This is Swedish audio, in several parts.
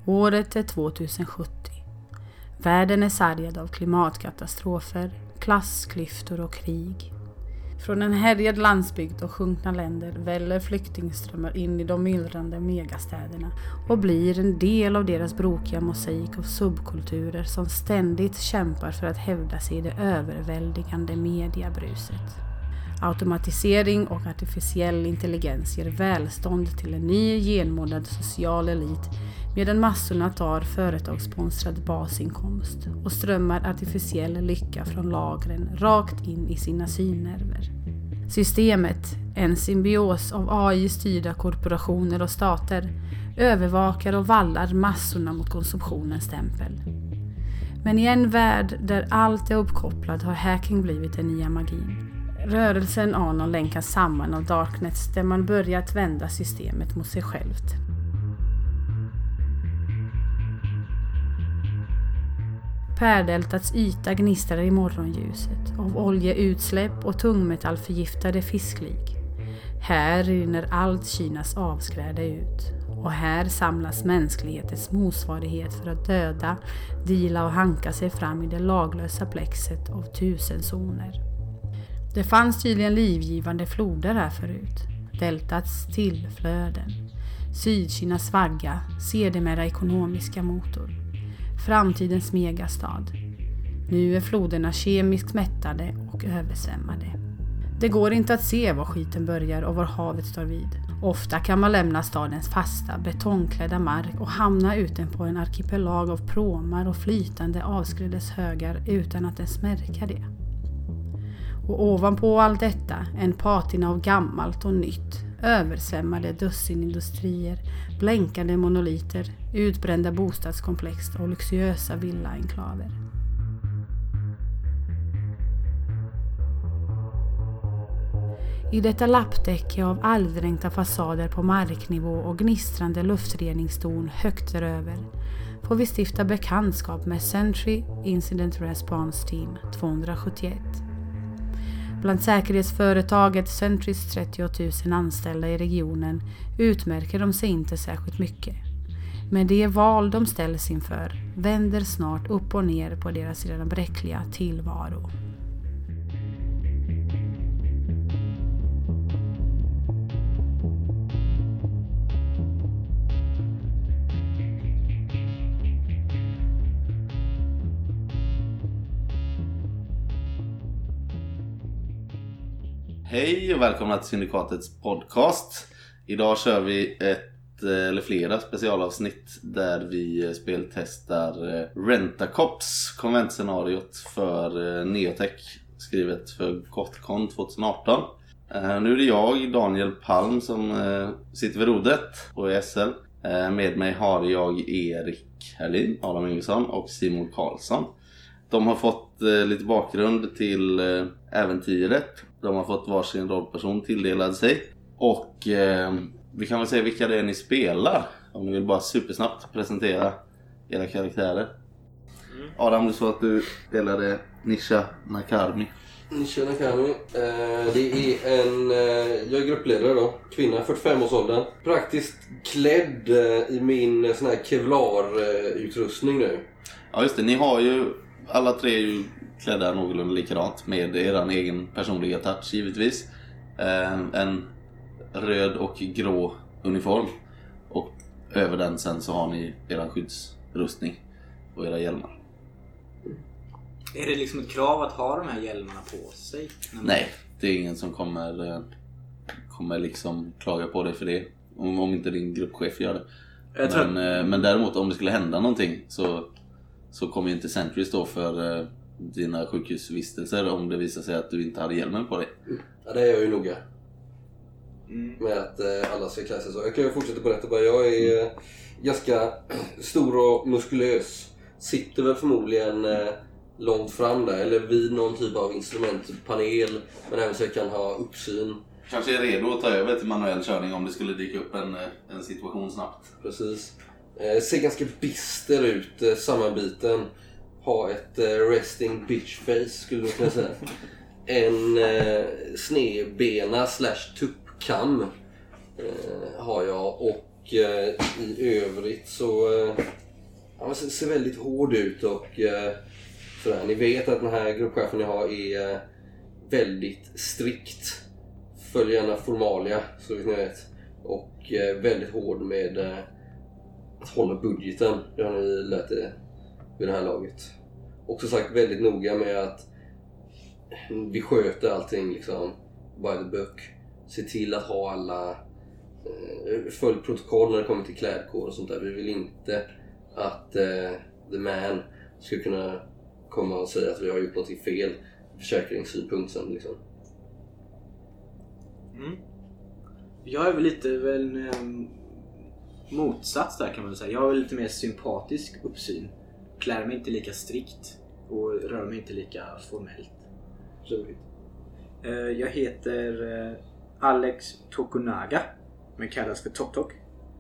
Året är 2070. Världen är sargad av klimatkatastrofer, klassklyftor och krig. Från en härjad landsbygd och sjunkna länder väller flyktingströmmar in i de myllrande megastäderna och blir en del av deras brokiga mosaik av subkulturer som ständigt kämpar för att hävda sig i det överväldigande mediabruset. Automatisering och artificiell intelligens ger välstånd till en ny genmodad social elit medan massorna tar företagssponsrad basinkomst och strömmar artificiell lycka från lagren rakt in i sina synnerver. Systemet, en symbios av AI-styrda korporationer och stater, övervakar och vallar massorna mot konsumtionens stämpel. Men i en värld där allt är uppkopplat har hacking blivit den nya magin. Rörelsen Anon länkas samman av Darknets där man börjat vända systemet mot sig självt. Pärdeltats yta gnistrar i morgonljuset av oljeutsläpp och tungmetallförgiftade fisklik. Här rinner allt Kinas avskräda ut. Och här samlas mänsklighetens motsvarighet för att döda, deala och hanka sig fram i det laglösa plexet av 1000 zoner. Det fanns tydligen livgivande floder här förut. Deltats tillflöden. Sydkinas vagga, sedermera ekonomiska motor. Framtidens megastad. Nu är floderna kemiskt mättade och översvämmade. Det går inte att se var skiten börjar och var havet tar vid. Ofta kan man lämna stadens fasta, betongklädda mark och hamna ute på en arkipelag av pråmar och flytande avskrädeshögar utan att ens märka det. Och ovanpå allt detta en patina av gammalt och nytt, översvämmade dussinindustrier, blänkande monoliter, utbrända bostadskomplex och luxuösa villaenklaver. I detta lapptäcke av alldränkta fasader på marknivå och gnistrande luftreningstorn högt däröver får vi stifta bekantskap med Sentry Incident Response Team 271. Bland säkerhetsföretaget Sentrys 30 000 anställda i regionen utmärker de sig inte särskilt mycket. Men det val de ställs inför vänder snart upp och ner på deras redan bräckliga tillvaro. Hej och välkomna till Syndikatets podcast. Idag kör vi flera specialavsnitt där vi speltestar Rent-A-Cops, konventscenariot för Neotech, skrivet för Gotcon 2018. Nu är det jag, Daniel Palm, som sitter vid rodret och är SL. Med mig har jag Erik Herlin, Adam Ingesson och Simon Karlsson. De har fått lite bakgrund till äventyret. De har fått varsin rollperson tilldelad sig. Och vi kan väl säga vilka det är ni spelar. Om ni vill bara supersnabbt presentera era karaktärer. Adam, du sa att du spelade Nisha Nakarmi. Nisha Nakarmi. Jag är gruppledare då. Kvinna, 45-årsåldern. Praktiskt klädd i min sån här Kevlar-utrustning nu. Ja just det, ni har ju alla tre ju klädda någorlunda likadant med er egen personliga touch givetvis. En röd och grå uniform. Och över den sen så har ni er skyddsrustning och era hjälmar. Är det liksom ett krav att ha de här hjälmarna på sig? Nej, det är ingen som kommer liksom klaga på dig för det. Om inte din gruppchef gör det. Men däremot om det skulle hända någonting så kommer inte Sentry stå för dina sjukhusvistelser om det visar sig att du inte hade hjälmen på dig. Ja, det är jag ju noga med att alla ska klä sig så. Jag kan ju fortsätta berätta bara. Jag är ganska stor och muskulös. Sitter väl förmodligen långt fram där, eller vid någon typ av instrumentpanel, men även så jag kan ha uppsyn. Kanske är redo att ta över till manuell körning om det skulle dyka upp en situation snabbt. Precis. Ser ganska bister ut, sammanbiten. Ha ett resting bitch face skulle man kunna säga. En snedbena /tuppkam har jag och i övrigt så han ser väldigt hård ut och sådär. Ni vet att den här gruppchefen ni har är väldigt strikt. Följer gärna formalia, så vet ni vet. Och väldigt hård med att hålla budgeten. Det har ni lärt er vid det här laget. Också sagt väldigt noga med att vi sköter allting liksom by the book. Se till att ha alla följdprotokoll när det kommer till klädkod och sånt där. Vi vill inte att the man ska kunna komma och säga att vi har gjort något fel försäkringssynpunkt sen liksom. Jag är väl lite motsats där kan man säga. Jag är lite mer sympatisk uppsyn. Klär mig inte lika strikt och rör mig inte lika formellt. Jag heter Alex Tokunaga, men kallas för Tok-Tok.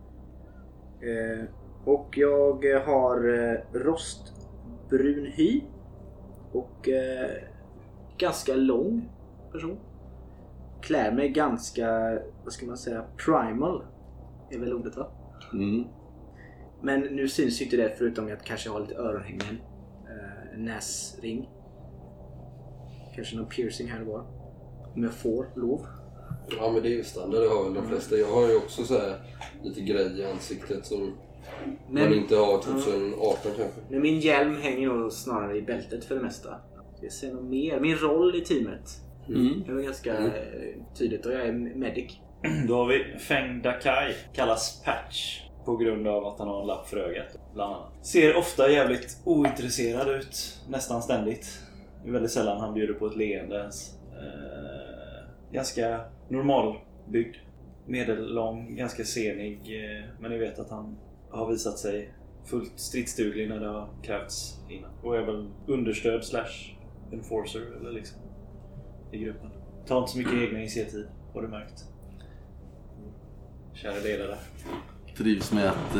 Och jag har rostbrun hy och ganska lång person. Klär mig ganska, vad ska man säga, primal är väl ordet va? Men nu syns inte det förutom att kanske har lite öronhängen, näsring, kanske någon piercing här och var. Om jag får lov. Ja, men det är ju standard, det har väl de flesta. Jag har ju också så här lite grej i ansiktet som man inte har 2018 kanske. Men min hjälm hänger nog snarare i bältet för det mesta. Jag ser nog mer. Min roll i teamet. Det var ganska tydligt och jag är medic. Då har vi Feng Dakai, kallas Patch på grund av att han har en lapp för ögat bland annat. Ser ofta jävligt ointresserad ut, nästan ständigt. Det är väldigt sällan han bjuder på ett leende ens. Ganska normalbyggd, medellång, ganska senig, men ni vet att han har visat sig fullt stridsduglig när det har krävts innan. Och är väl understöd / enforcer eller liksom i gruppen. Tar inte så mycket egna initiativ, har du märkt. Kära ledare. Trivs med att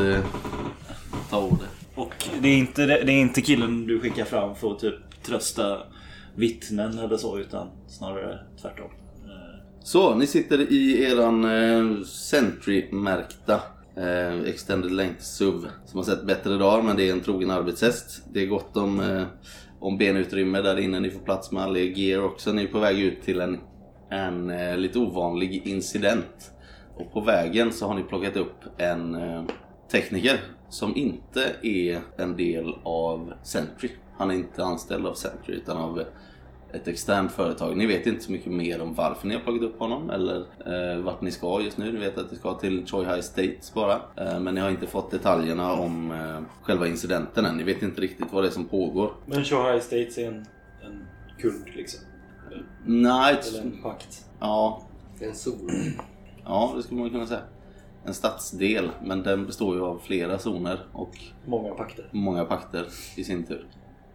ta ordet. Och det är inte killen du skickar fram för att typ trösta vittnen eller så, utan snarare tvärtom. Så, ni sitter i eran Sentry-märkta Extended Length SUV som har sett bättre dagar, men det är en trogen arbetshäst. Det är gott om benutrymme där inne, ni får plats med all er gear också. Ni är på väg ut till en lite ovanlig incident. Och på vägen så har ni plockat upp en tekniker som inte är en del av Sentry. Han är inte anställd av Sentry utan av ett externt företag. Ni vet inte så mycket mer om varför ni har plockat upp honom eller vart ni ska just nu. Ni vet att ni ska till Choi High States bara. Men ni har inte fått detaljerna om själva incidenten än. Ni vet inte riktigt vad det är som pågår. Men Choi High States är en kund liksom? Nej. Eller en pakt? Ja. En sol. Ja, det skulle man kunna säga. En stadsdel, men den består ju av flera zoner och många pakter i sin tur.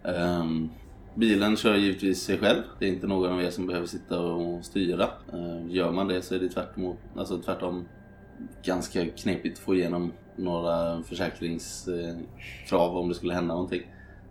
Bilen kör givetvis sig själv. Det är inte någon av er som behöver sitta och styra. Gör man det så är det tvärtom ganska knepigt att få igenom några försäkringskrav om det skulle hända någonting.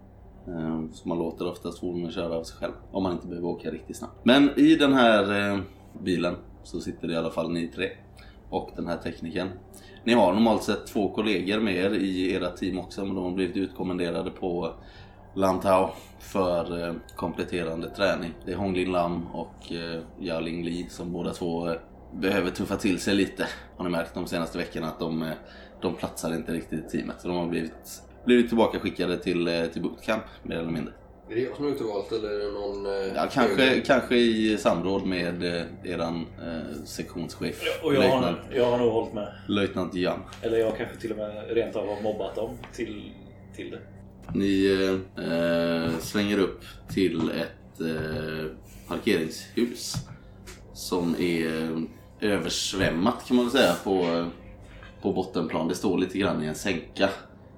Så man låter oftast fordonen köra av sig själv om man inte behöver åka riktigt snabbt. Men i den här bilen så sitter det i alla fall ni tre och den här tekniken. Ni har normalt sett 2 kollegor med er i era team också, men de har blivit utkommenderade på Lantau för kompletterande träning. Det är Honglin Lam och Yaling Li som båda två behöver tuffa till sig lite. Har ni märkt de senaste veckorna att de platsar inte riktigt i teamet. Så de har blivit tillbaka skickade till bootcamp mer eller mindre. Är det jag som är utvalt eller är det någon... Ja, kanske i samråd med eran sektionschef. Och jag har nog hållit med. Löjtnant Jan. Eller jag kanske till och med rent av har mobbat dem till det. Ni svänger upp till ett parkeringshus som är översvämmat kan man väl säga på bottenplan. Det står lite grann i en sänka.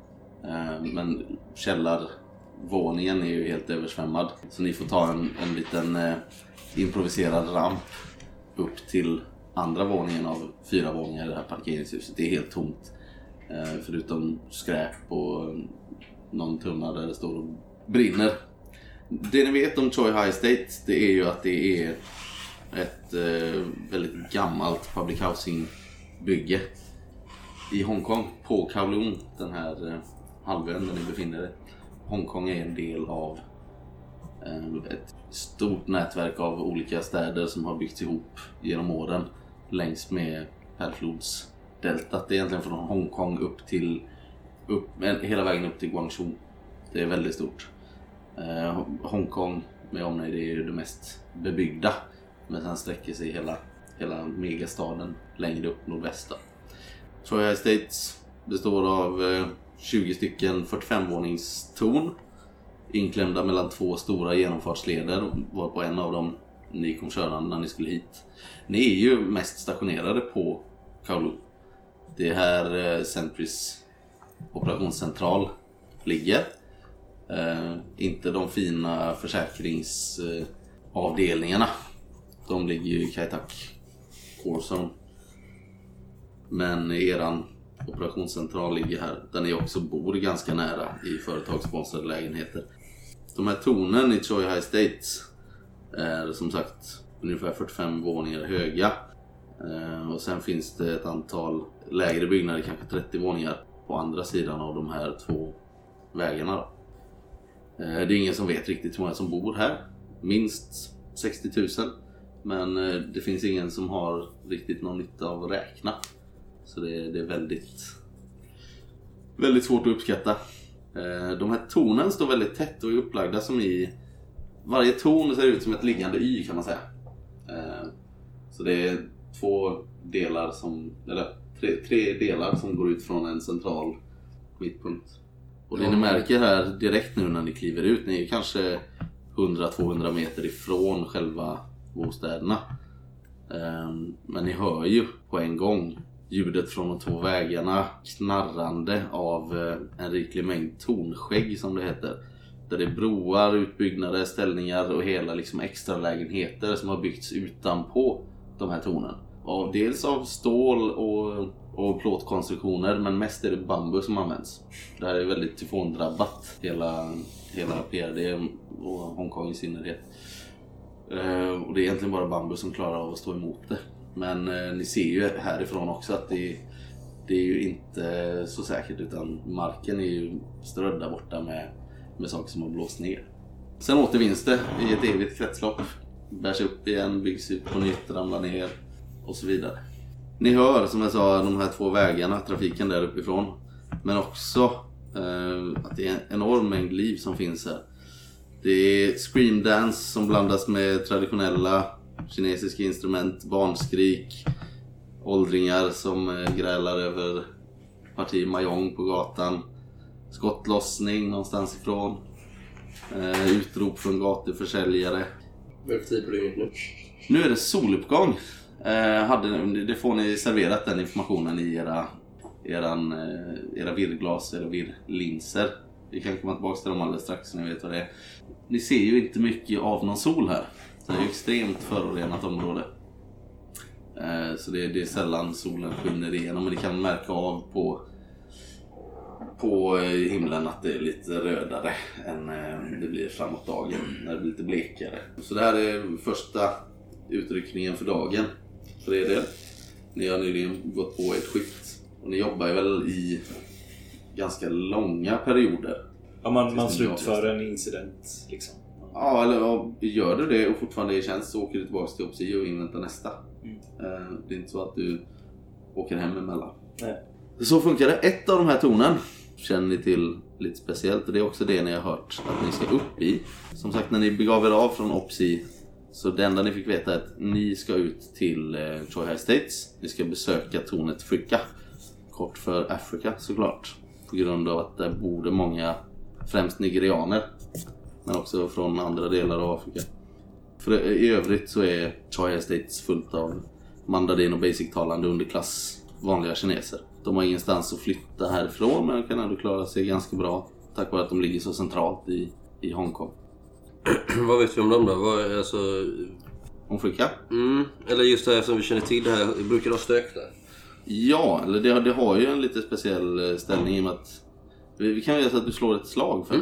Men källarvåningen är ju helt översvämmad. Så ni får ta en liten improviserad ramp upp till andra våningen av 4 våningar i det här parkeringshuset. Det är helt tomt. Förutom skräp och någon tunna där det står och brinner. Det ni vet om Choi High States, det är ju att det är ett väldigt gammalt public housing bygge. i Hongkong på Kowloon, den här halvön där ni befinner er. Hongkong är en del av ett stort nätverk av olika städer som har byggts ihop genom åren längs med Pärlflodsdeltat. Det är egentligen från Hongkong hela vägen upp till Guangzhou. Det är väldigt stort. Hongkong med omnejd är ju det mest bebyggda, men sen sträcker sig hela megastaden längre upp nordväst. Choi High Estates består av 20 stycken 45-våningstorn inklämda mellan 2 stora genomfartsleder, var på en av dem ni kom körande när ni skulle hit. Ni är ju mest stationerade på Kowloon. Det är här Sentries operationscentral ligger. Inte de fina försäkringsavdelningarna. De ligger ju i Kai Tak Corson. Men eran operationscentral ligger här, där ni också bor ganska nära i företagssponsrade lägenheter. De här tornen i Choi High Estates är som sagt ungefär 45 våningar höga. Och sen finns det ett antal lägre byggnader, kanske 30 våningar på andra sidan av de här 2 vägarna då. Det är ingen som vet riktigt hur många som bor här. Minst 60 000. Men det finns ingen som har riktigt någon nytta av att räkna. Så det är väldigt svårt att uppskatta. De här tornen står väldigt tätt och är upplagda som i... Varje torn ser ut som ett liggande Y, kan man säga. Så det är 2 delar tre delar som går ut från en central mittpunkt. Och det ni märker här direkt nu när ni kliver ut, ni är kanske 100-200 meter ifrån själva bostäderna. Men ni hör ju på en gång ljudet från de 2 vägarna, knarrande av en riklig mängd tornskägg som det heter. Där det är broar, utbyggnader, ställningar och hela liksom extra lägenheter som har byggts utanpå de här tornen. Och dels av stål och plåtkonstruktioner, men mest är det bambu som används. Det här är väldigt tyfondrabbat, hela PRD och Hongkong i synnerhet. Och det är egentligen bara bambu som klarar av att stå emot det. Men ni ser ju härifrån också att det är ju inte så säkert, utan marken är ju strödd där borta med saker som har blåst ner. Sen återvinns det i ett evigt kretslopp. Bärs upp igen, byggs ut på nytt, ramlar ner och så vidare. Ni hör, som jag sa, de här 2 vägarna, trafiken där uppifrån. Men också att det är en enorm mängd liv som finns här. Det är scream dance som blandas med traditionella kinesiska instrument, barnskrik, åldringar som grälar över parti mahjong på gatan, skottlossning någonstans ifrån, utrop från gatuförsäljare. Vad är det för tid på dygnet nu? Nu är det soluppgång. Det får ni serverat den informationen i era virrglas eller virrlinser. Vi kan komma tillbaka till dem alldeles strax så ni vet vad det är. Ni ser ju inte mycket av någon sol här. Det är ju extremt förorenat område. Så det är sällan solen skiner igenom, men ni kan märka av på himlen att det är lite rödare än det blir framåt dagen när det blir lite blekare. Så det här är första utryckningen för dagen för er del. Ni har nyligen gått på ett skift och ni jobbar ju väl i ganska långa perioder. Ja, man slutför en incident liksom. Ja, eller gör du det och fortfarande är i tjänst så åker du tillbaka till Opsi och inväntar nästa. Det är inte så att du åker hem emellan. Nej. Så funkar det. Ett av de här tornen känner ni till lite speciellt, och det är också det ni har hört att ni ska upp i. Som sagt, när ni begav er av från Opsi, så det enda ni fick veta är att ni ska ut till Choi High Estates. Ni ska besöka tornet Fricka. Kort för Afrika såklart. På grund av att där bor det många, främst nigerianer, men också från andra delar av Afrika. För i övrigt så är Choi High Estates fullt av mandarin och basic-talande underklass, vanliga kineser. De har ingenstans att flytta härifrån, men de kan ändå klara sig ganska bra tack vare att de ligger så centralt i Hongkong. Vad vet vi om dem då? Vad är alltså... Om Fricka? Eller just det här som vi känner till det här, brukar de stök där? Ja, eller det har ju en lite speciell ställning i och med att vi kan göra så att du slår ett slag för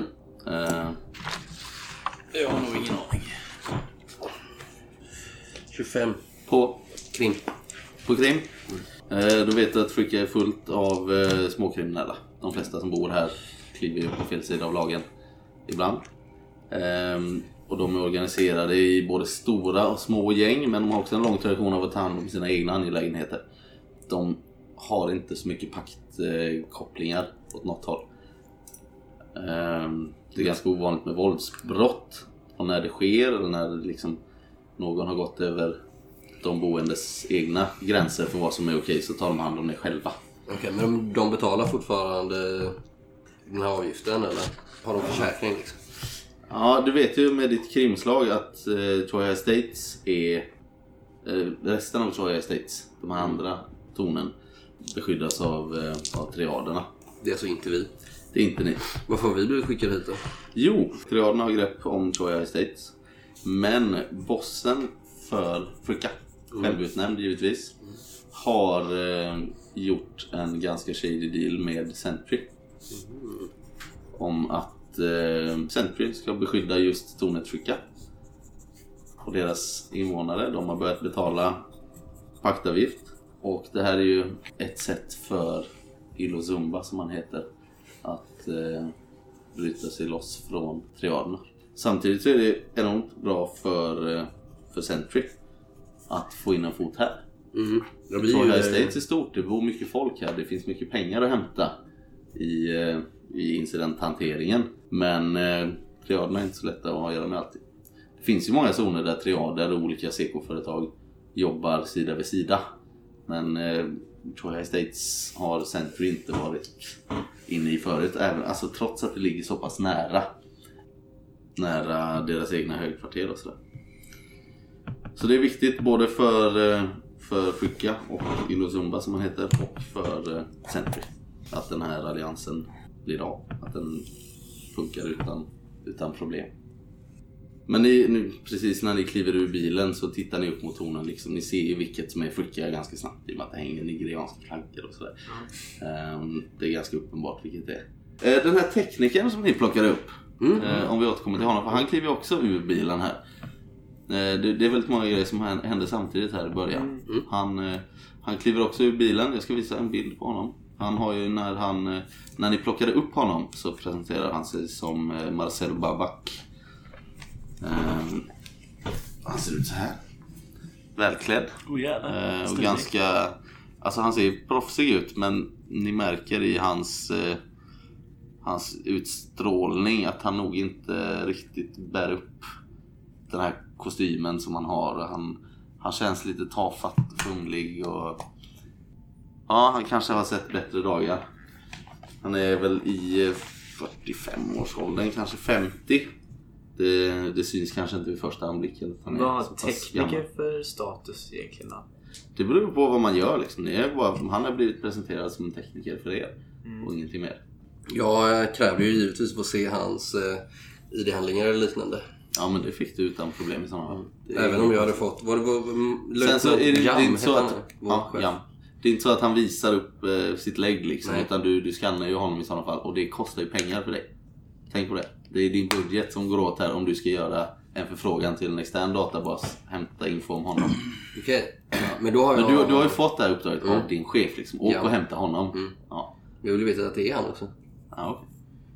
jag har nog ingen aning. 25 på Krim. På Krim? Du vet att Fricka är fullt av småkriminella. De flesta som bor här kliver ju på fel sida av lagen ibland. Och de är organiserade i både stora och små gäng, men de har också en lång tradition av att ta hand om sina egna angelägenheter. De har inte så mycket paktkopplingar åt något håll. Det är ganska ovanligt med våldsbrott, och när det sker eller när liksom någon har gått över de boendes egna gränser för vad som är okej, så tar de hand om det själva. Okej, men de betalar fortfarande den här avgiften, eller har de försäkring liksom? Ja, du vet ju med ditt krimslag att Troya Estates är resten av Troya Estates, de här andra tornen, beskyddas av triaderna. Det är alltså inte vi. Det är inte ni. Varför har vi blivit skickade hit då? Jo, triaderna har grepp om Troya Estates. Men bossen för Fricka, självutnämnd givetvis, har gjort en ganska shady deal med Sentry. Om att Sentry ska beskydda just tornet Fricka. Och deras invånare, de har börjat betala paktavgift. Och det här är ju ett sätt för Ilozumba, som han heter, att bryta sig loss från triaderna. Samtidigt så är det enormt bra för Sentry att få in en fot här. Troya Estates är stort, det bor mycket folk här, det finns mycket pengar att hämta i incidenthanteringen. Men triaderna är inte så lätta att ha att göra med alltid. Det finns ju många zoner där triader och olika CK-företag jobbar sida vid sida. Men Troya Estates har Sentry inte varit inne i förut, även, alltså, trots att det ligger så pass nära deras egna högkvarter och sådär. Så det är viktigt både för Fricka och Ilozumba, som man heter, och för Sentry att den här alliansen blir av, att den funkar utan problem. Men nu, precis när ni kliver ur bilen så tittar ni upp mot tornen liksom. Ni ser ju vilket som är Fricka ganska snabbt, i och med att det hänger nigerianska flankar och sådär. Det är ganska uppenbart vilket det är. Den här teknikern som ni plockar upp, om vi återkommer till honom, för han kliver också ur bilen här. Det är väldigt många grejer som händer samtidigt här i början. Han kliver också ur bilen. Jag ska visa en bild på honom. Han har ju, när ni plockade upp honom så presenterar han sig som Marcel Babak. Han ser ut så här. Välklädd. Och ganska, alltså han ser proffsig ut, men ni märker i hans utstrålning att han nog inte riktigt bär upp den här kostymen som han har. Han känns lite tafatt och fumlig, och ja, han kanske har sett bättre dagar. Han är väl i 45-årsåldern, kanske 50. Det syns kanske inte vid första anblicken. Vad har tekniker för status egentligen då? Det beror på vad man gör liksom. Han har blivit presenterad som en tekniker för er och ingenting mer. Jag krävde ju givetvis att få se hans ID-handlingar eller liknande. Ja, men det fick du utan problem i sådana fall. Även om jag hade fått... Sen så är det inte så att... Ja. Det är inte så att han visar upp sitt lägg liksom. Nej. Utan du skannar ju honom i sådana fall. Och det kostar ju pengar för dig. Tänk på det. Det är din budget som går åt här om du ska göra en förfrågan till en extern databas. Hämta info om honom. Okej. Men då har jag... du har ju fått det här uppdraget av din chef liksom. Åk och hämta honom. Ja. Jag vill veta att det är han också. Ja, okej.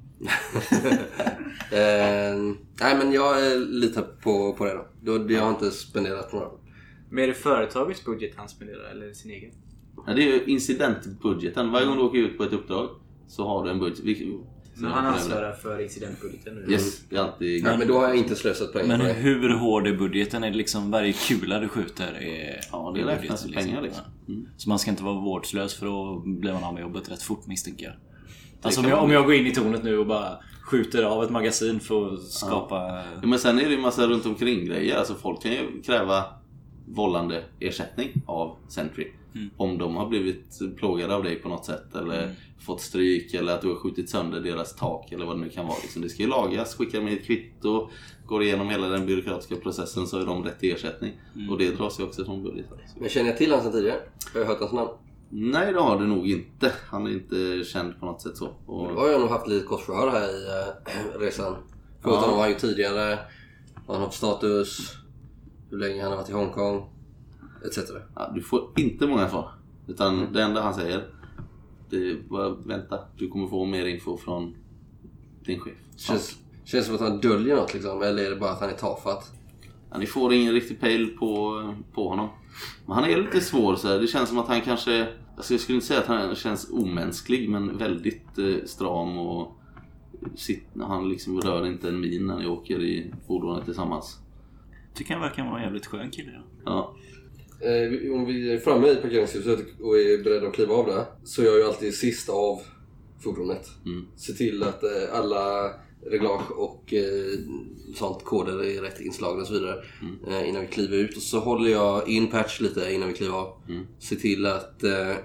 Nej, men jag litar på det då. Jag har inte spenderat några. Men är det företagets budget han spenderar eller sin egen? Ja, det är ju incidentbudgeten. Varje gång du åker ut på ett uppdrag så har du en budget. Så han ansvarar för incidentbudgeten nu? Yes, det är alltid... Men då har jag inte slösat pengar. Men hur hård är budgeten? Är det liksom varje kula du skjuter ja, det är räknas i pengar liksom. Så man ska inte vara vårdslös, för då blir man av med jobbet rätt fort, misstänker jag. Alltså om jag går in i tornet nu och bara skjuter av ett magasin för att skapa... Ja, men sen är det ju massa runt omkring grejer. Alltså folk kan ju kräva vållande ersättning av Sentry. Om de har blivit plågade av dig på något sätt, eller fått stryk, eller att du har skjutit sönder deras tak, eller vad det nu kan vara liksom. Det ska ju lagas, skicka med ett kvitto, går igenom hela den byråkratiska processen, så är de rätt till ersättning. Och det dras ju också från budgeten. Men känner jag till han sedan tidigare? Har jag hört hans namn? Nej, det har du nog inte. Han är inte känd på något sätt så. Och... Då har jag nog haft lite korsförhör här i resan. Frågat honom vad han gjort tidigare, vad han har för status, hur länge han har varit i Hongkong, etc. Ja, du får inte många svar. Utan det enda han säger, det är bara vänta, du kommer få mer info från din chef. Känns som att han döljer något liksom, eller är det bara att han är tafatt? Ja, ni får ingen riktig pejl på honom. Men han är lite svår så här. Det känns som att han kanske, alltså jag skulle inte säga att han känns omänsklig, men väldigt stram och han liksom rör inte en min när ni åker i fordonet tillsammans. Tycker han verkar vara en jävligt skön kille. Ja. Om vi är framme i parkeringshuset och är beredda att kliva av där, så är jag ju alltid sist av fordonet. Se till att alla reglage och sånt, koder är rätt inslagna och så vidare innan vi kliver ut. Och så håller jag in Patch lite innan vi kliver av. Se till att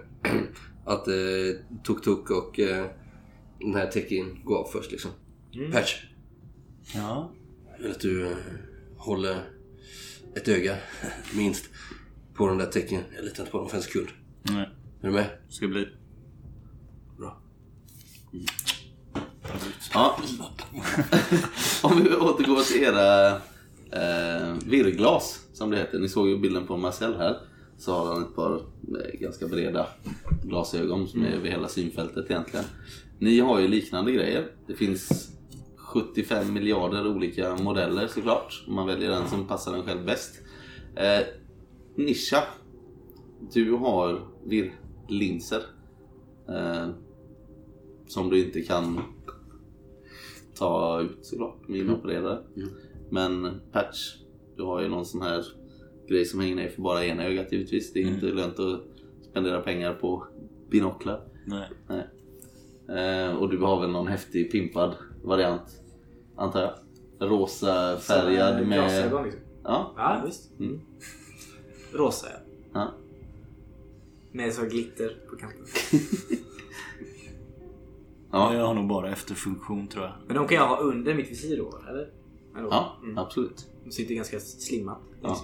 Tuk-Tuk och den här Tekin går av först liksom. Patch. Ja. Jag vill att du håller ett öga minst på den där Tekin. Jag litar inte på dem för en sekund. Nej. Är du med? Ska bli. Bra. Ja. Om vi återgår till era virrglas som det heter. Ni såg ju bilden på Marcel här. Så har han ett par ganska breda glasögon som är över hela synfältet egentligen. Ni har ju liknande grejer. Det finns 75 miljarder olika modeller såklart. Man väljer den som passar en själv bäst. Nisha, du har virrlinser som du inte kan ta ut såklart med inopererare. Men Patch, du har ju någon sån här grej som hänger ner för bara ena ögat givetvis. Det är inte lönt att spendera pengar på binoklar. Nej. Och du har väl någon häftig pimpad variant, antar jag. Rosa färgad med glasögon liksom. Ja, visst. Rosa, ja. Med så glitter på kanten. Ja. Jag har nog bara efterfunktion tror jag. Men de kan jag ha under mitt visir då, eller? Ja, absolut. De sitter ganska slimmat. Ja.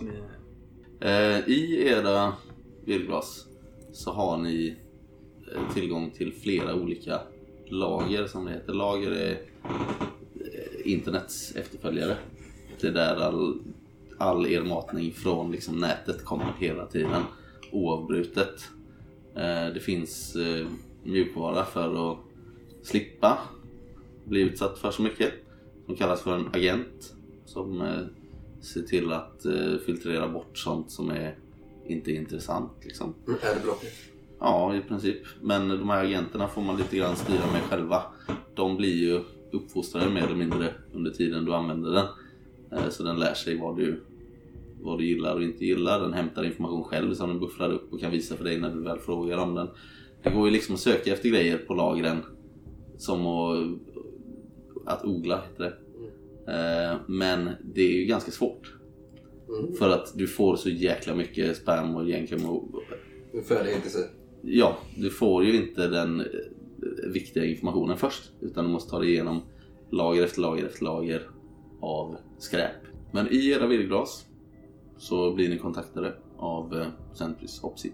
I era virrglas så har ni tillgång till flera olika lager som det heter. Lager är internets efterföljare. Det är där all er matning från liksom nätet kommer hela tiden oavbrutet. Det finns mjukvara för att slippa bli utsatt för så mycket. Som kallas för en agent som ser till att filtrera bort sånt som är inte intressant liksom. Är det blocket? Ja, i princip. Men de här agenterna får man lite grann styra med själva. De blir ju uppfostrade mer eller mindre under tiden du använder den. Så den lär sig vad du gillar och inte gillar. Den hämtar information själv som den buffrar upp och kan visa för dig när du väl frågar om den. Det går ju liksom att söka efter grejer på lagren. Som att odla heter det. Men det är ju ganska svårt. För att du får så jäkla mycket spam och egentligen färdighet i sig. Ja, du får ju inte den viktiga informationen först. Utan du måste ta dig igenom lager efter lager efter lager av skräp. Men i era virrglas så blir ni kontaktade av Centris Opsi.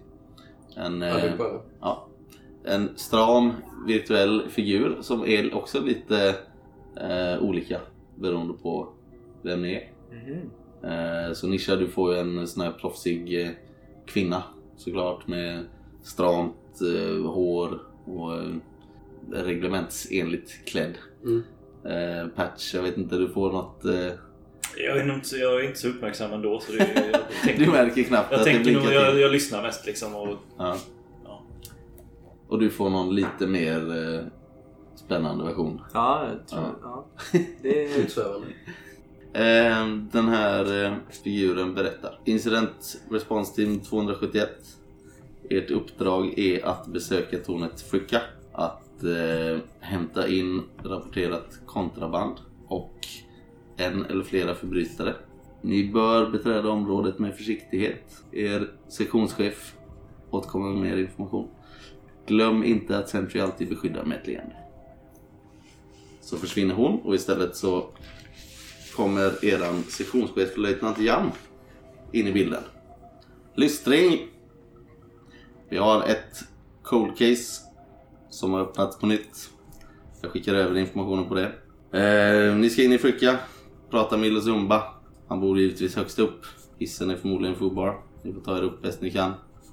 En stram virtuell figur som är också lite olika beroende på vem ni är. Så Nisha, du får ju en sån här proffsig kvinna såklart med stramt hår och reglementsenligt klädd. Patch, jag vet inte, du får något... Jag är inte så uppmärksam ändå så det du märker knappt jag att tänker det nog, blinkar till. jag lyssnar mest liksom och... Ja. Och du får någon lite mer spännande version. Ja, jag tror det är utsvävande. Den här figuren berättar. Incident Response Team 271. Ert uppdrag är att besöka tornet Fricka. Att hämta in rapporterat kontraband och en eller flera förbrytare. Ni bör beträda området med försiktighet. Er sektionschef återkommer med mer information. Glöm inte att Sentry alltid beskyddar med ett leende. Så försvinner hon och istället så kommer eran sektionschef löjtnant Jam in i bilden. Lystring! Vi har ett cold case som har öppnats på nytt. Jag skickar över informationen på det. Ni ska in i Fricka. Prata med Ilozumba. Han bor givetvis högst upp. Hissen är förmodligen fullbar. Ni får ta er upp bäst ni kan.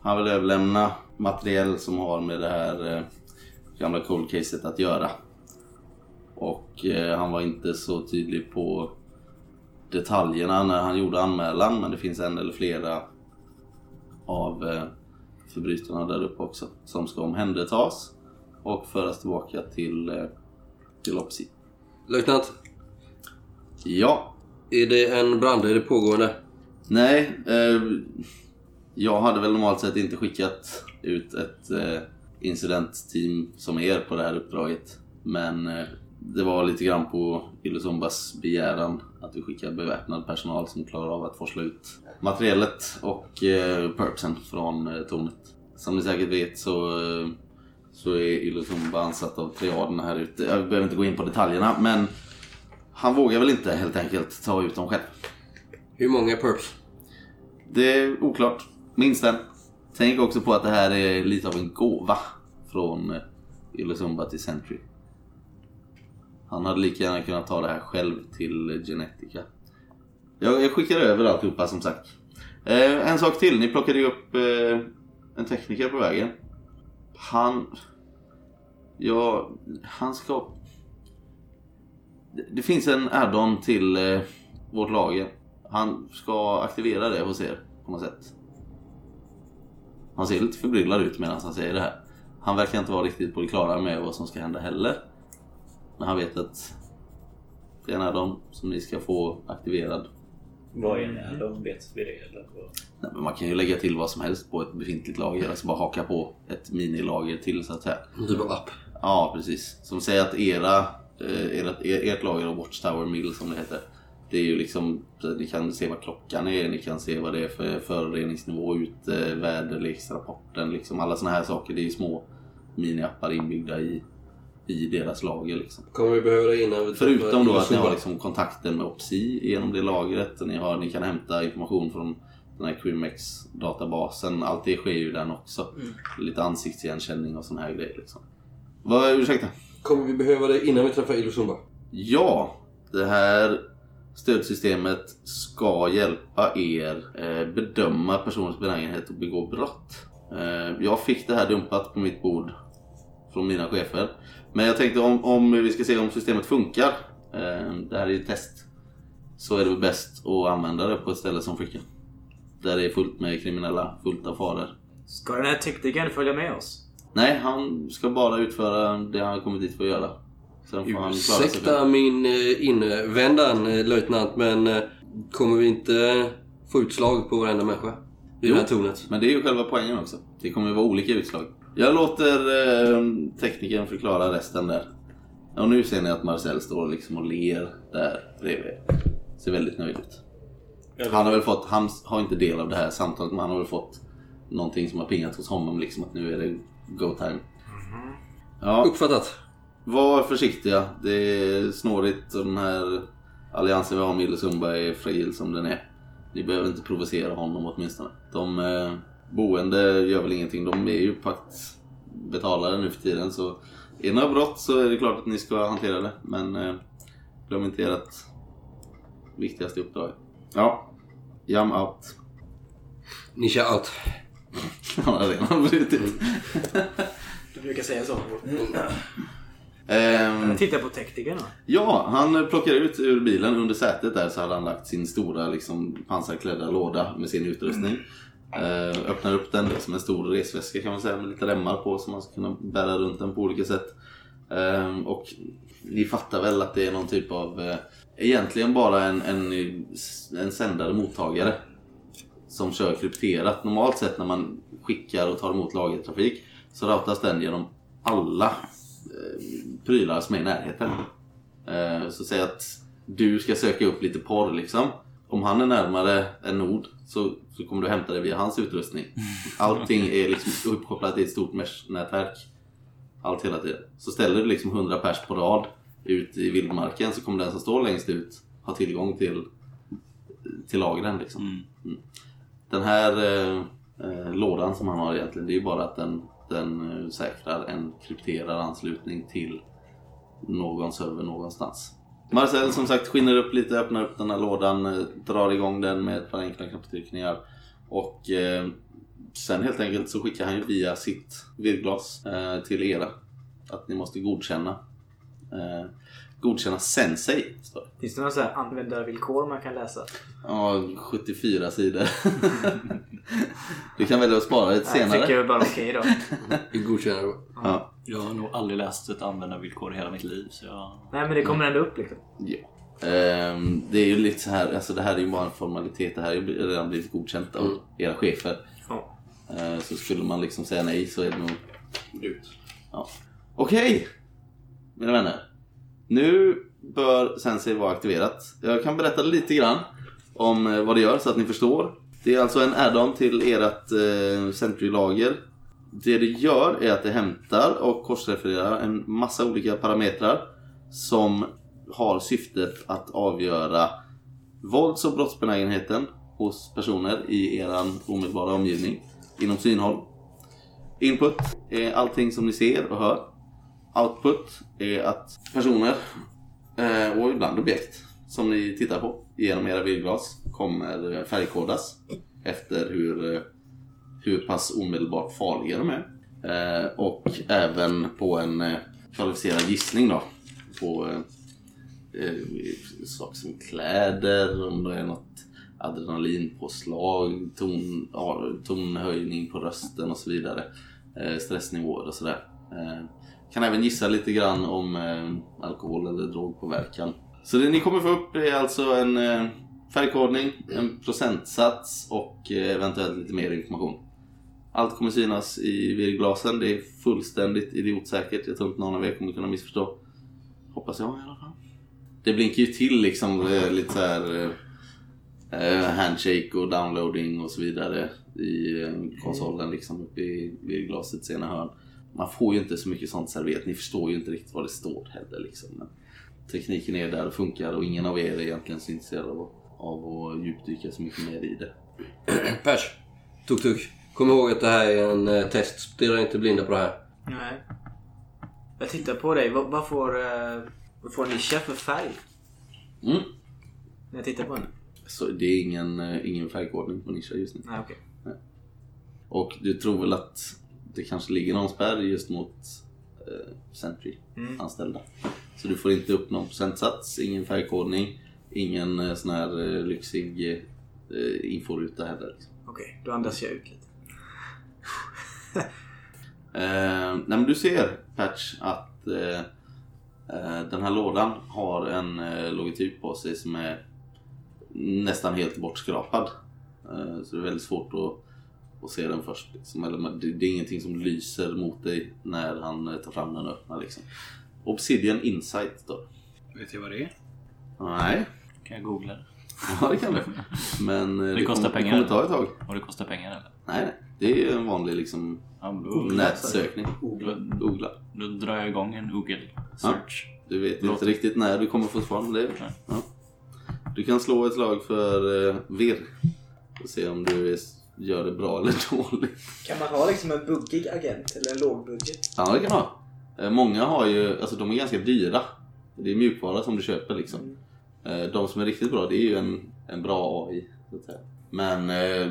Han vill överlämna material som har med det här gamla cold caset att göra. Och han var inte så tydlig på detaljerna när han gjorde anmälan, men det finns en eller flera av förbrytarna där uppe också som ska omhändertas och föras tillbaka till Opsi. Löjtnant, Ja, är det en brand? Är det pågående? nej, jag hade väl normalt sett inte skickat ut ett incidentteam som er på det här uppdraget, men det var lite grann på Illusombas begäran att vi skickar beväpnad personal som klarar av att forsla ut materialet och perpsen från tornet. Som ni säkert vet så är Illosomba ansatt av triaderna här ute. Jag behöver inte gå in på detaljerna, men han vågar väl inte helt enkelt ta ut dem själv. Hur många perps? Det är oklart. Minst en. Tänk också på att det här är lite av en gåva från Illosomba till Sentry. Han hade lika gärna kunnat ta det här själv till Genetica. Jag skickar över alltihopa som sagt. En sak till. Ni plockade ju upp en tekniker på vägen. Han ska... Det finns en add-on till vårt lager. Han ska aktivera det hos er på något sätt. Han ser lite förbryllad ut medan han säger det här. Han verkar inte vara riktigt på det klara med vad som ska hända heller. Men han vet att det är en add-on som ni ska få aktiverad. Vad är en add-on? Vet vi det? Eller? Nej, men man kan ju lägga till vad som helst på ett befintligt lager. Alltså bara haka på ett minilager till så att säga. Du var upp. Ja, precis. Som säger att ert lager av Watchtower Mill som det heter. Det är ju liksom, ni kan se vad klockan är, ni kan se vad det är för föroreningsnivå ute, väderleksrapporten, liksom alla såna här saker. Det är ju små mini-appar inbyggda i deras lager liksom. Kommer vi behöva det innan vi... Förutom då att ni har liksom kontakten med Opsi genom det lagret. Och ni kan hämta information från den här Crimex-databasen. Allt det sker ju där också. Lite ansiktsigenkänning och sån här grejer liksom. Ursäkta? Kommer vi behöva det innan vi träffar Illosomba? Ja, det här stödsystemet ska hjälpa er bedöma personens benägenhet att begå brott. Jag fick det här dumpat på mitt bord från mina chefer. Men jag tänkte om vi ska se om systemet funkar, det här är ett test, så är det väl bäst att använda det på ett ställe som Fricka. Där det är fullt med kriminella, fullt av faror. Ska den här teknikern följa med oss? Nej, han ska bara utföra det han kommit dit för att göra. Sen får han klara sig själv. Ursäkta min invändan, löjtnant, men kommer vi inte få utslag på varenda människa i det här tornet? Men det är ju själva poängen också. Det kommer att vara olika utslag. Jag låter teknikern förklara resten där. Och nu ser ni att Marcel står liksom och ler där bredvid. Ser väldigt nöjd ut. Han har inte del av det här samtalet, men han har väl fått någonting som har pingat hos honom liksom, att nu är det go time. Ja. Uppfattat. Var försiktiga. Det är snårigt och den här alliansen vi har med Illosomba är fragil som den är. Ni behöver inte provocera honom åtminstone. De boende gör väl ingenting. De är ju pakt betalare nu för tiden, så är det några brott så är det klart att ni ska hantera det. Men glöm inte ert viktigaste uppdrag. Ja, jam out. Nisha out. Han har redan brutit. Du brukar säga så. Jag tittar på teknikerna. Ja, han plockar ut ur bilen under sätet där, så hade han lagt sin stora liksom, pansarklädda låda med sin utrustning. Öppnar upp den som en stor resväska kan man säga, med lite remmar på så man ska kunna bära runt den på olika sätt. Och ni fattar väl att det är någon typ av egentligen bara en sändare mottagare som kör krypterat. Normalt sett när man skickar och tar emot lagertrafik så routas den genom alla prylar som är i närheten. Så säg att du ska söka upp lite porr liksom. Om han är närmare en nod så kommer du hämta det via hans utrustning. Allting är liksom uppkopplat i ett stort mesh-nätverk. Allt hela tiden. Så ställer du liksom 100 pers på rad ut i vildmarken, så kommer den som står längst ut ha tillgång till lagren liksom. Den här lådan som han har egentligen, det är ju bara att den säkrar en krypterad anslutning till någon server någonstans. Marcel som sagt skinner upp lite, öppnar upp den här lådan, drar igång den med ett par enkla knapptryckningar Och sen helt enkelt så skickar han ju via sitt virglas till era att ni måste godkänna Sensei. Finns det några så här användarvillkor man kan läsa? Ja, 74 sidor. Du kan välja att spara lite senare. Jag tycker jag bara okej då. Vi godkänner då. Ja. Jag har nog aldrig läst ett användarvillkor i hela mitt liv. Så Nej, men det kommer ändå upp liksom. Ja. Det är ju lite så här, alltså det här är ju bara en formalitet. Det här är ju redan blivit godkänt av era chefer. Ja. Så skulle man liksom säga nej så är det nog Ut. ja. Okej, mina vänner. Nu bör Sensei vara aktiverat. Jag kan berätta lite grann om vad det gör så att ni förstår. Det är alltså en add-on till ert Sentry-lager. Det det gör är att det hämtar och korsrefererar en massa olika parametrar som har syftet att avgöra vålds- och brottsbenägenheten hos personer i eran omedelbara omgivning inom synhåll. Input är allting som ni ser och hör. Output är att personer och ibland objekt som ni tittar på genom era virglas kommer färgkodas efter hur pass omedelbart farliga de är. Och även på en kvalificerad gissning då på saker som kläder, om det är något adrenalinpåslag, tonhöjning på rösten och så vidare, stressnivåer och sådär. Kan även gissa lite grann om alkohol eller drogpåverkan. Så det ni kommer få upp är alltså en färgkodning, en procentsats och eventuellt lite mer information. Allt kommer synas i virglasen. Det är fullständigt idiotsäkert. Jag tror inte någon av er kommer kunna missförstå. Hoppas jag i alla fall. Det blinkar ju till liksom lite så här handshake och downloading och så vidare i konsolen liksom uppe i virglasets ena hörn. Man får ju inte så mycket sånt serverat. Ni förstår ju inte riktigt vad det står heller liksom. Men tekniken är där och funkar och ingen av er är egentligen så intresserad av att djupdyka så mycket mer i det. Pers, tuk. Kom ihåg att det här är en test. Stirra inte blinda på det här. Nej. Jag tittar på dig. Vad får Nisha för färg? När jag tittar på henne. Så det är ingen färgkodning på Nisha just nu. Nej, okej. Nej. Och du tror väl att det kanske ligger någon spärr just mot Sentry-anställda. Så du får inte upp någon procentsats, ingen färgkodning, ingen sån här lyxig inforuta heller. Okej, då andas jag ut lite. Nej, men du ser, Patch, att den här lådan har en logotyp på sig som är nästan helt bortskrapad. Så det är väldigt svårt att se den först. Liksom. Eller, det är ingenting som lyser mot dig när han tar fram den och öppnar. Liksom. Obsidian Insight då. Vet jag vad det är? Nej. Kan jag googla det? Ja, det kan du. Men det kostar pengar. Det kommer ta ett tag. Och det kostar pengar eller? Nej. Det är en vanlig liksom nätsökning. Googla. Då drar jag igång en Google search. Ja, du vet inte riktigt när du kommer få fram det. Ja. Du kan slå ett slag för virr och se om du gör det bra eller dåligt. Kan man ha liksom en buggig agent eller en lågbudget? Ja, det kan man ha. Många har ju, alltså de är ganska dyra. Det är mjukvara som du köper liksom. De som är riktigt bra, det är ju en bra AI så att säga. Men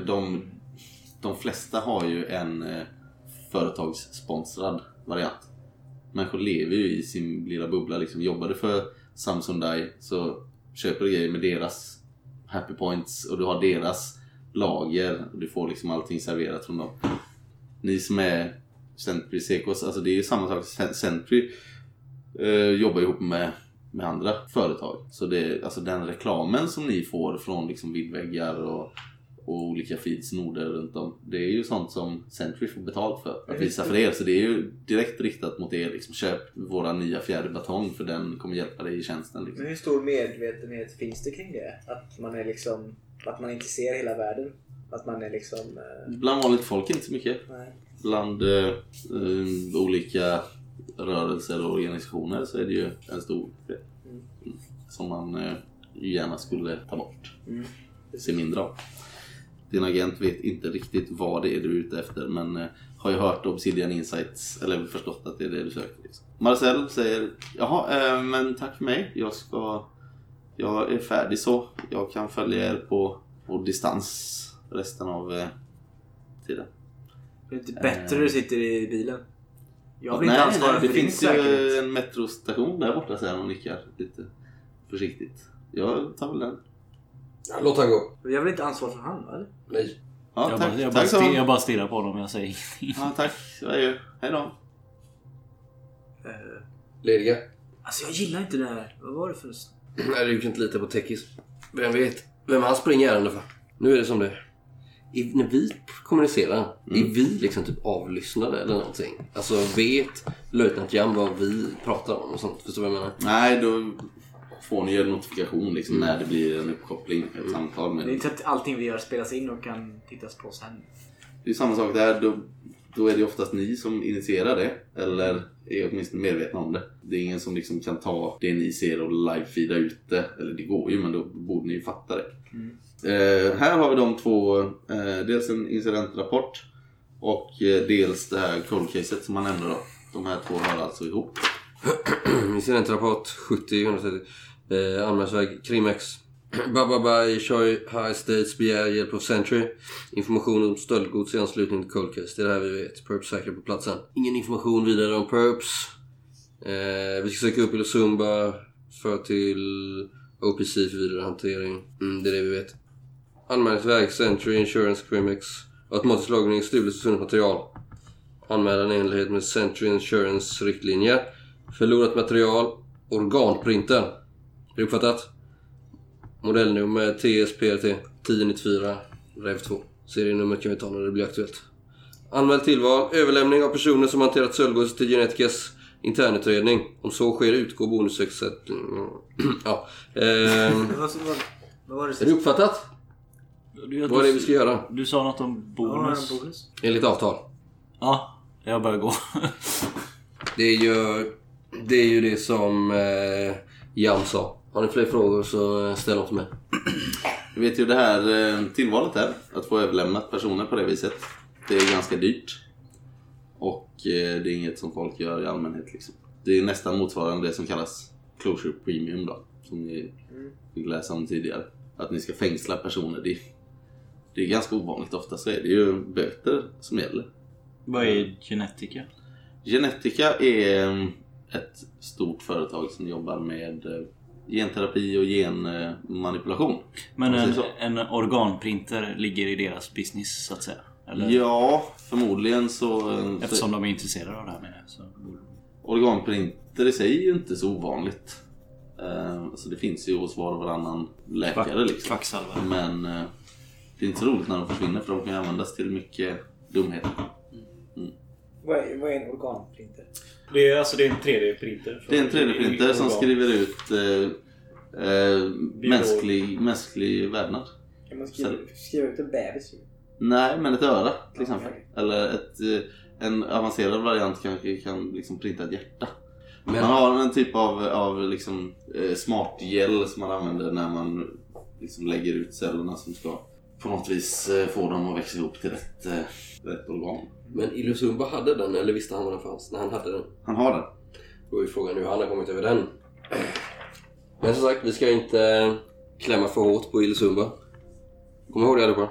de flesta har ju en företagssponsrad variant. Människor lever ju i sin lilla bubbla liksom. Jobbar du för Samsung Dai så köper du grejer med deras happy points och du har deras lager och du får liksom allting serverat från dem. Ni som är Sentry Secos, alltså det är ju samma sak. Sentry jobbar ihop med andra företag. Så det, alltså den reklamen som ni får från liksom vidväggar och olika feedsnoder runt om, det är ju sånt som Sentry får betalt för att visa för er. Så det är ju direkt riktat mot er liksom. Köp våra nya fjärde batong för den kommer hjälpa dig i tjänsten liksom. Men hur stor medvetenhet finns det kring det? Att man är liksom, att man inte ser hela världen? Att man är liksom... Bland vanligt folk inte så mycket. Nej. Bland olika rörelser och organisationer så är det ju en stor som man gärna skulle ta bort. Se mindre av. Din agent vet inte riktigt vad det är du är ute efter, men har ju hört Obsidian Insights eller förstått att det är det du söker liksom. Marcel säger, jaha, men tack för mig. Jag är färdig så. Jag kan följa er på distans. resten av tiden. Det är inte bättre du sitter i bilen. Jag vill Nej, inte ansvara för det din finns ju säkerhet. en metrostation där borta, säger han och nickar lite försiktigt. Jag tar väl den. Ja, låt han gå. Jag vill inte ansvara för han, eller? Nej. Ja, Jag, tack. bara, jag, Tack så bara, mycket. jag bara stirrar på honom och jag säger ingenting. Ja, tack. Så är ju. Hej då. Lediga. Alltså jag gillar inte det här. Vad var det för... Nej, du kan inte lita på Tekis. Vem vet? Vem han springer ärende för? Nu är det som det är. När vi kommunicerar, är vi liksom typ avlyssnade eller någonting? Alltså vet löjtnant Jan vad vi pratar om och sånt? Förstår du vad jag menar? Nej, då får ni ju en notifikation liksom, när det blir en uppkoppling, ett samtal med. Det är inte att allting vi gör spelas in och kan tittas på sen. Det är samma sak där, då är det oftast ni som initierar det, eller är åtminstone medvetna om det. Det är ingen som liksom kan ta det ni ser och live-feeda ut det, eller det går ju, men då borde ni ju fatta det. Här har vi de två, dels en incidentrapport och dels det här cold-caset som man nämnde då. De här två hör alltså ihop. Incidentrapport 70-130. Anmälsväg Krimex. Bababa i Choi High States begär hjälp av Sentry. Information om stöldgods i anslutning till cold case. Det är det här vi vet. Perps säkra på platsen. Ingen information vidare om Perps. Vi ska söka upp Ilosumba för till OPC för vidare hantering. Det är det vi vet. Anmälningsväg Sentry Insurance Krimex. Automatisk lagring stulet och sunnet material. Anmälan i enlighet med Sentry Insurance riktlinjer. Förlorat material. Organprinter. Är det uppfattat? Modellnummer TSPRT 1094 Rev 2. Serienumret kan vi ta när det blir aktuellt. Anmäld tillval. Överlämning av personer som hanterat stöldgods till Genetikas internutredning. Om så sker utgår bonusersättning. Ja. Vad var det Är det uppfattat? Vad är det vi ska göra? Du sa något om bonus. Ja, bonus. Enligt avtal. Ja, jag börjar gå. Det är ju det som Jan sa. Har ni fler frågor så ställ dem till mig. Du vet ju det här tillvalet här, att få överlämnat personer på det viset. Det är ganska dyrt. Och det är inget som folk gör i allmänhet liksom. Det är nästan motsvarande det som kallas closure premium då. Som ni fick läsa om tidigare. Att ni ska fängsla personer. Det är ganska ovanligt, ofta så är det ju böter som gäller. Vad är Genetica? Genetica är ett stort företag som jobbar med genterapi och genmanipulation. Men en organprinter ligger i deras business så att säga? Eller? Ja, förmodligen så... Eftersom de är intresserade av det här med det. Så... Organprinter i sig är ju inte så ovanligt. Alltså det finns ju hos var och varannan läkare liksom. Kvacksalvare. Men det är inte så roligt när de försvinner, för de kan ju användas till mycket dumheter. Vad är en organprinter? Det är en 3D-printer. Det är en 3D-printer som skriver ut mänsklig vävnad. Kan man skriva ut en bebis? Nej, men ett öra till exempel. Okej. Eller en avancerad variant kanske kan liksom printa ett hjärta. Men Man har en typ av liksom, smart gel som man använder när man liksom lägger ut cellerna som ska på något vis få dem att växa ihop till rätt organ. Men Ilosumba hade den, eller visste han vad den fanns när han hade den? Han har den. Då är frågan hur han har kommit över den. Men som sagt, vi ska inte klämma för hårt på Ilosumba. Kommer ihåg det allihopa?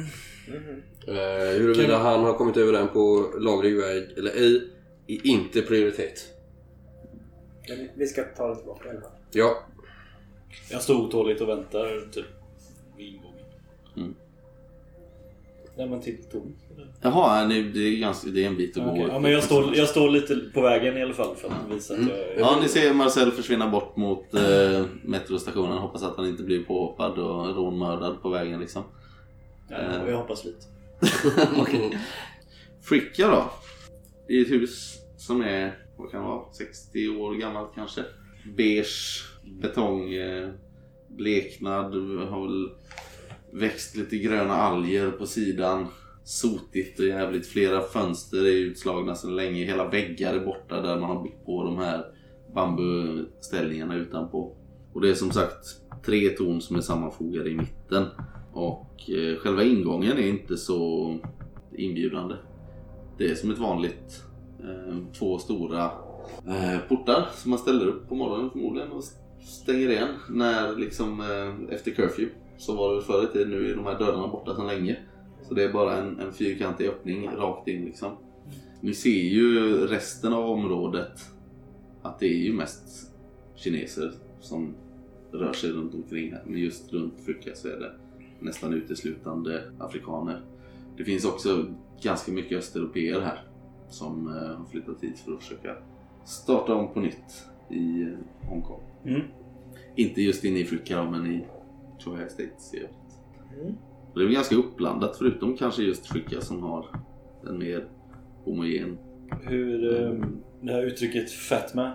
Huruvida han har kommit över den på laglig väg eller ej är inte prioritet. Men vi ska ta det tillbaka i alla fall. Ja. Jag står otåligt och väntar typ vid ingången. Nej, men till tom. Jaha, det är en bit att gå. Ja, men jag står lite på vägen i alla fall för att visa att jag är... Ja, ni ser Marcel försvinna bort mot metrostationen. Hoppas att han inte blir påhoppad och rånmördad på vägen liksom. Ja, jag hoppas lite. Okay. Fricka då. I ett hus som är, vad kan det vara, 60 år gammalt kanske. Beige, betong, bleknad, har väl växt lite gröna alger på sidan. Sotigt och jävligt, flera fönster är utslagna sedan länge. Hela väggar är borta där man har byggt på de här bambuställningarna utanpå. Och det är som sagt 3 torn som är sammanfogade i mitten. Och själva ingången är inte så inbjudande. Det är som ett vanligt 2 stora portar som man ställer upp på morgonen förmodligen och stänger igen när liksom efter curfew. Så var det förr i tiden. Nu är de här dörrarna borta sedan länge. Så det är bara en fyrkantig öppning rakt in liksom. Ni ser ju resten av området att det är ju mest kineser som rör sig runt omkring här. Men just runt Fuka så är det nästan uteslutande afrikaner. Det finns också ganska mycket östeuropeer här som har flyttat hit för att försöka starta om på nytt i Hongkong. Inte just inne i Fuka men i Chohai Estates i övrigt. Det är ganska uppblandat förutom kanske just Fuka som har en mer homogen. Hur det här uttrycket fatman,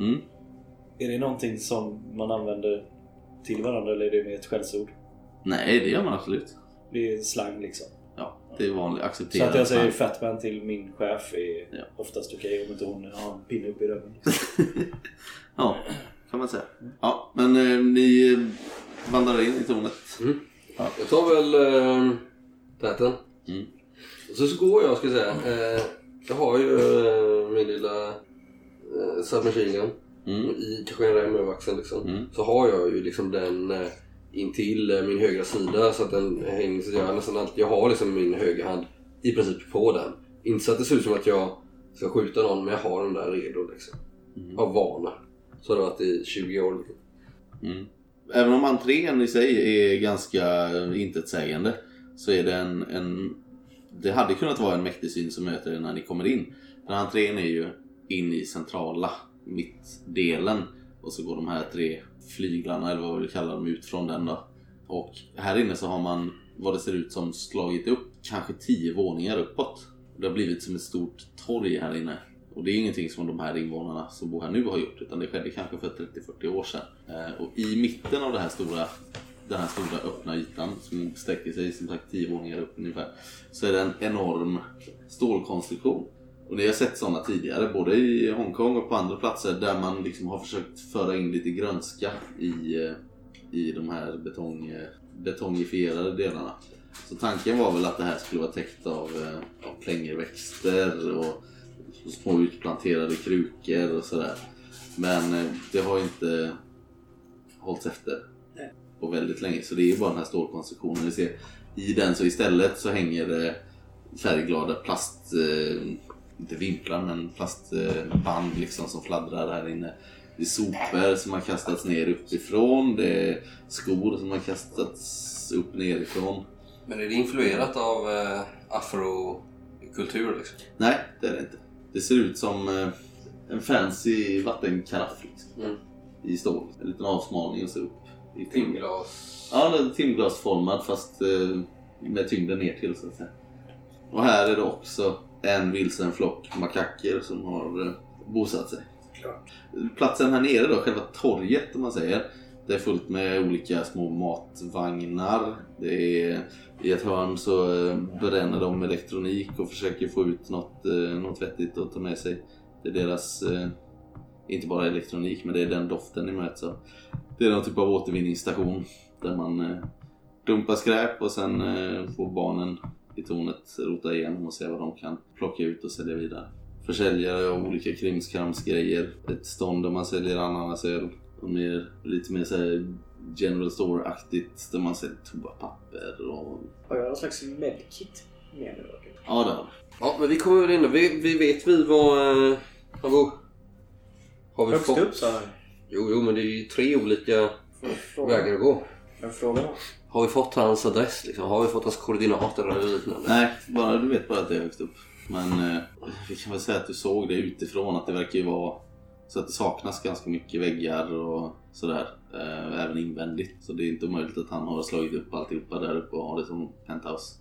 är det någonting som man använder till varandra eller är det mer ett skällsord? Nej, det gör man absolut. Det är slang liksom. Ja, det är vanligt accepterat. Så att jag säger fatman till min chef är oftast okej om inte hon har en pinne upp i röven. Ja, kan man säga. Ja, men ni vandrar in i tornet. Ja. Jag tar väl täten. Så går jag, ska jag säga. Jag har ju min lilla submachine gun. I kanske en rem över axeln liksom. Så har jag ju liksom den intill min högra sida så att den hänger, så jag nästan alltid, jag har liksom min högra hand i princip på den. Inte så att det ser ut som att jag ska skjuta någon, men jag har den där redo liksom. Av vana. Så har det varit i 20 år. Även om entrén i sig är ganska intetsägande så är det det hade kunnat vara en mäktig syn som möter er när ni kommer in. Den här entrén är ju in i centrala mittdelen och så går de här 3 flyglarna eller vad vi kallar dem ut från den då. Och här inne så har man vad det ser ut som slagit upp kanske 10 våningar uppåt. Det har blivit som ett stort torg här inne. Och det är ingenting som de här invånarna som bor här nu har gjort, utan det skedde kanske för 30-40 år sedan. Och i mitten av den här stora öppna ytan som sträcker sig som sagt 10 våningar upp ungefär, så är det en enorm stålkonstruktion. Och ni har sett sådana tidigare både i Hongkong och på andra platser där man liksom har försökt föra in lite grönska i de här betongifierade delarna. Så tanken var väl att det här skulle vara täckt av plängerväxter och små utplanterade krukor och sådär. Men det har inte hållits efter på väldigt länge. Så det är ju bara den här stålkonstruktionen vi ser. I den så istället så hänger det färgglada plast, inte vimplar men plastband liksom som fladdrar här inne. Det är sopor som har kastats ner uppifrån. Det är skor som har kastats upp nerifrån. Men är det influerat av afrokultur liksom? Nej, det är det inte. Det ser ut som en fancy vattenkaraff liksom. I stål. En liten avsmalning och så upp. I timglas. Ja, den är timglasformad fast med tyngden ner till så att säga. Och här är det också en vilsen flock makaker som har bosatt sig. Klart. Platsen här nere då, själva torget om man säger. Det är fullt med olika små matvagnar. Det är, i ett hörn så bränner de elektronik och försöker få ut något vettigt att ta med sig. Det är deras, inte bara elektronik men det är den doften ni möts av. Det är någon typ av återvinningsstation där man dumpar skräp och sen får barnen i tornet rota igenom och se vad de kan plocka ut och sälja vidare. Försäljare av olika krimskramsgrejer. Ett stånd där man säljer ananasöl. Och lite mer så här general store-aktigt där man säljer toapapper och... Har jag någon slags medkit med nu? Ja, det har vi. Ja, men vi kommer väl in. Vi vet vad han bor. Har vi Högst fått... upp så här. Jo, men det är ju 3 olika vägar att gå. Men frågan är... Har vi fått hans adress liksom? Har vi fått hans koordinater eller liknande? Nej, du vet bara att det är högst upp. Men vi kan väl säga att du såg det utifrån att det verkar ju vara så att det saknas ganska mycket väggar och sådär. Även invändigt. Så det är inte omöjligt att han har slagit upp alltihopa där uppe och har det som penthouse.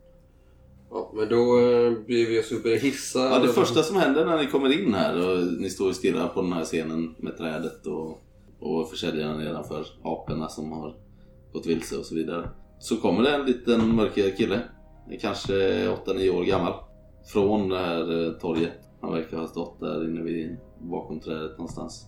Ja, men då blir vi oss uppe i hissar. Ja, det första som händer när ni kommer in här och ni står och stirrar på den här scenen med trädet och försäljaren nedanför aporna som har gått vilse och så vidare. Så kommer det en liten mörkare kille, kanske 8-9 år gammal, från det här torget. Han verkar ha stått där inne bakom trädet någonstans.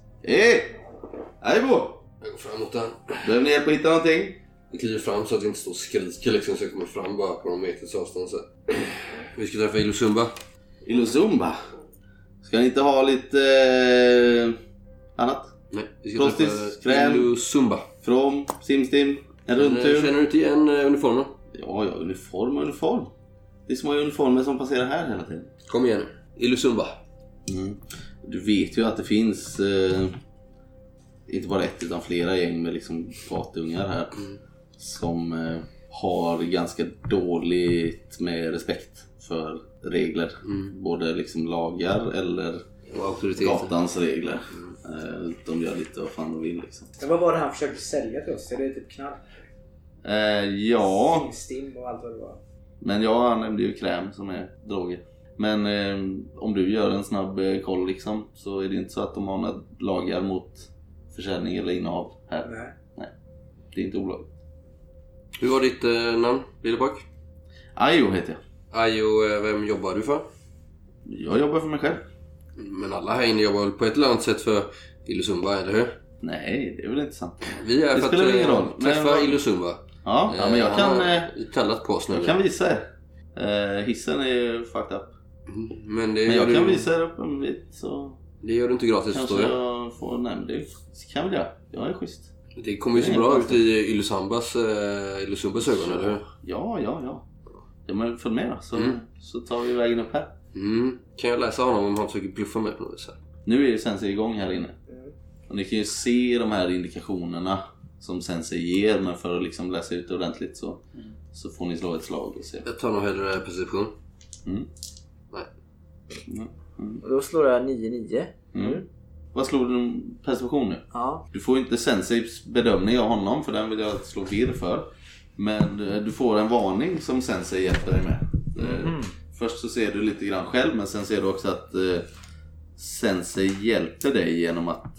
Hej Bo! Jag går fram mot den. Behöver ni hjälp att hitta någonting? Vi kliver fram så att vi inte står och skriker liksom, så jag kommer fram bara på någon meters avstånd så. Vi ska träffa Iluzumba. Iluzumba? Ska ni inte ha lite annat? Nej, vi ska Prostis, träffa kräm, Iluzumba. From, Simstim, Känner du inte igen uniformen? Ja, uniform. Det är små uniformer som passerar här hela tiden. Kom igen nu. Illusumba. Du vet ju att det finns inte bara ett utan flera gäng med liksom fatungar här som har ganska dåligt med respekt för regler. Både liksom lagar eller gatans regler. De gör lite vad fan de vill liksom. Men vad var det han försökte sälja till oss? Är det typ knark? Ja. Stim och allt vad det var. Men ja, han nämnde ju kräm som är droger. Men om du gör en snabb koll liksom, så är det inte så att de har några lagar mot försäljning eller innehav här. Nej. Det är inte olagligt. Hur var ditt namn, lille pojk? Ayo heter jag. Ayo, vem jobbar du för? Jag jobbar för mig själv. Men alla här inne jobbar väl på ett eller annat sätt för Illusumba, eller hur? Nej, det är väl inte sant. Vi är det för att träffa Illusumba. Ja, men jag kan kallat på oss nu. Jag kan visa er. Hissen är fucked up. Men jag kan visa er upp en bit så... Det gör du inte gratis, förstår jag. Jag får nämna det. Kan väl jag är schysst. Det kommer ju så bra ut i Illusumbas ögon, eller hur? Ja. Men följ med då, så tar vi vägen upp här. Kan jag läsa honom om han försöker bluffa med på något sätt? Nu är ju Sensei igång här inne. Och ni kan ju se de här indikationerna som Sensei ger, men för att liksom läsa ut ordentligt så får ni slå ett slag och se. Jag tar nog hellre perception. Nej. Och då slår jag 9-9. Vad slår du perception nu? Ja. Du får inte Senseis bedömning av honom, för den vill jag slå virr för. Men du får en varning som Sensei hjälper dig med. Först så ser du lite grann själv, men sen ser du också att Sensei hjälper dig genom att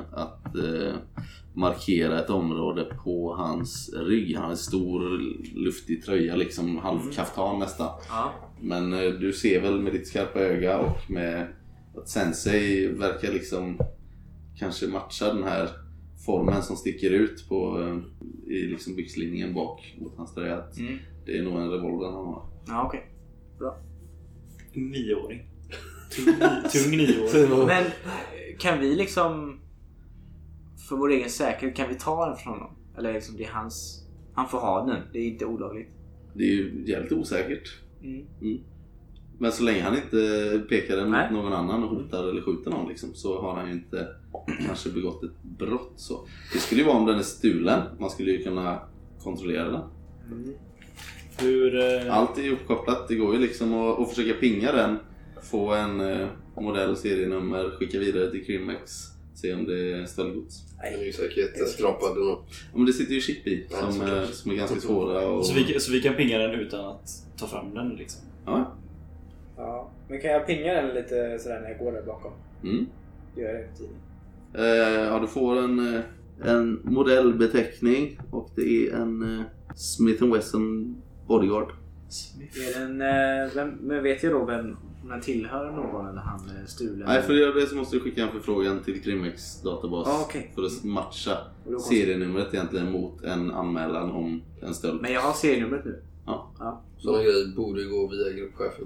markera ett område på hans rygg. Han har en stor luftig tröja, liksom halvkaftan nästan. Men du ser väl med ditt skarpa öga och med att Sensei verkar liksom kanske matcha den här formen som sticker ut i liksom byxlinjen bak mot hans tröja. Det är nog en revolver han har. Ja, okej. Bra. 9-åring. Tung 9-åring. Men kan vi liksom för vår egen säkerhet, kan vi ta den från honom? Eller liksom det är hans... Han får ha den, det är inte olagligt. Det är ju jävligt osäkert. Men så länge han inte pekar den mot någon annan och hotar eller skjuter någon liksom, så har han ju inte kanske begått ett brott så. Det skulle ju vara om den är stulen. Man skulle ju kunna kontrollera den. Allt är ju uppkopplat. Det går ju liksom att försöka pinga den, få en modell, serienummer, skicka vidare till Crimex, se om det är stöldgods. Nej, det är ju säkert skrapad. Ja, men det sitter ju chip i som är ganska svåra och... så vi kan pinga den utan att ta fram den liksom. Ja. Men kan jag pinga den lite sådär när jag går där bakom? Det gör jag hela tiden. Ja, du får en modellbeteckning och det är en Smith & Wesson Bodyguard. Är den, men vet jag då vem den tillhör någon eller han är stulen? Nej, för att göra det så måste du skicka en förfrågan till Crimex databas för att matcha serienumret egentligen mot en anmälan om en stöld. Men jag har serienumret nu. Ja. Sådana grejer borde gå via gruppchefen.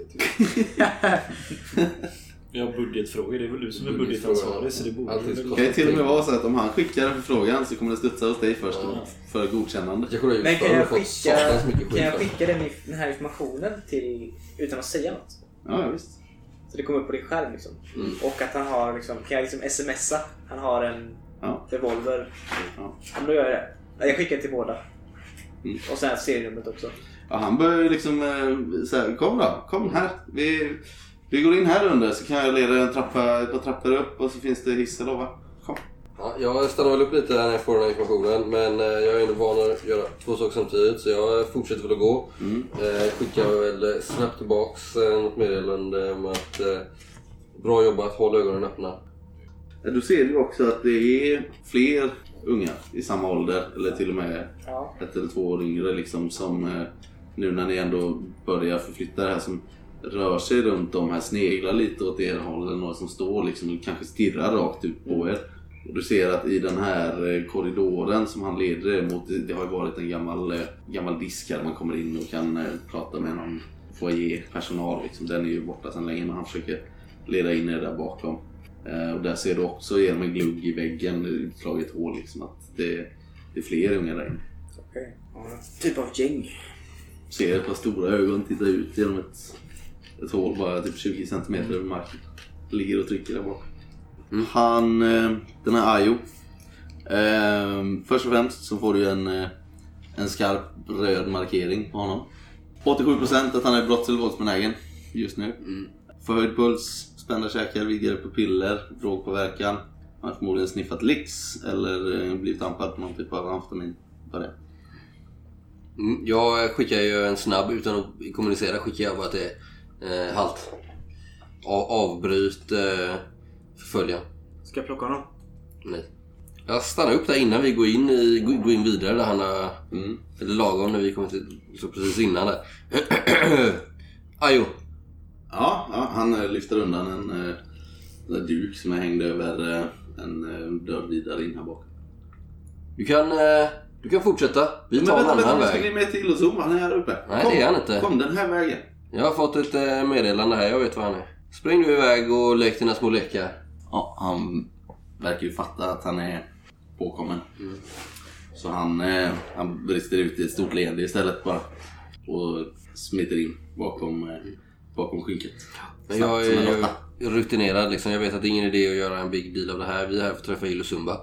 Jag har budgetfrågor, det är väl du som är budgetansvarig, så det borde det kan ju till och med vara så att om han skickar en förfrågan så kommer det studsa hos dig först för godkännande. Men kan jag skicka den här informationen till utan att säga något? Ja, visst. Så det kommer upp på din skärm liksom. Och att han har liksom, kan jag liksom smsa? Han har en revolver. Ja, då gör jag det. Jag skickar till båda. Och sen serienumret också. Ja, han börjar liksom säga, kom här. Vi går in här under så kan jag leda ett par trappor upp och så finns det hiss eller va? Kom. Ja, jag stannar väl upp lite när jag får den här informationen, men jag är ändå van att göra två saker samtidigt så jag fortsätter väl att gå. Skickar väl snabbt tillbaks något meddelande om att bra jobbat, håll ögonen öppna. Du ser ju också att det är fler unga i samma ålder eller till och med 1 eller 2 år yngre liksom, som nu när ni ändå börjar förflytta det här, som rör sig runt om här, sneglar lite åt er håll eller några som står liksom, kanske stirrar rakt ut på er. Och du ser att i den här korridoren som han leder mot, det har ju varit en gammal disk här man kommer in och kan prata med någon foajépersonal liksom. Den är ju borta sedan länge men han försöker leda in er där bakom. Och där ser du också genom en glugg i väggen utslaget hål liksom, att det är fler unga där inne. Okej. Ja, typ av gäng. Ser ett par stora ögon titta ut genom ett hål bara typ 20 cm över marken. Ligger och trycker där bak. Han, den här Ayo. Först och främst så får du en skarp röd markering på honom. 87% att han är brotts- eller våldsbenägen just nu. Förhöjd puls, spända käkar, vidgade pupiller, drogpåverkan. Han har förmodligen sniffat Lix eller blivit ampad på någon typ av amfetamin på det. Jag skickar ju en snabb utan att kommunicera. Skickar jag bara att det är halt. Avbryt förföljan. Ska jag plocka honom? Nej. Jag stannar upp där innan vi går in vidare där han har... Eller lagom när vi kommer till... Så precis innan där. Ayo. Ja, han lyfter undan en duk som är hängd över en dörr vidare in här bak. Du kan fortsätta. Vi tar en annan väg. Ska ni med till Ilosum? Han är här uppe. Nej, det är han inte. Kom den här vägen. Jag har fått ett meddelande här. Jag vet vad han är. Spring du iväg och lek dina små lekar. Ja, han verkar ju fatta att han är påkommen. Så han brister ut i ett stort leende istället bara. Och smiter in bakom skynket. Men jag är rutinerad liksom. Jag vet att det är ingen idé att göra en big deal av det här. Vi är här för att träffa Ilosumba.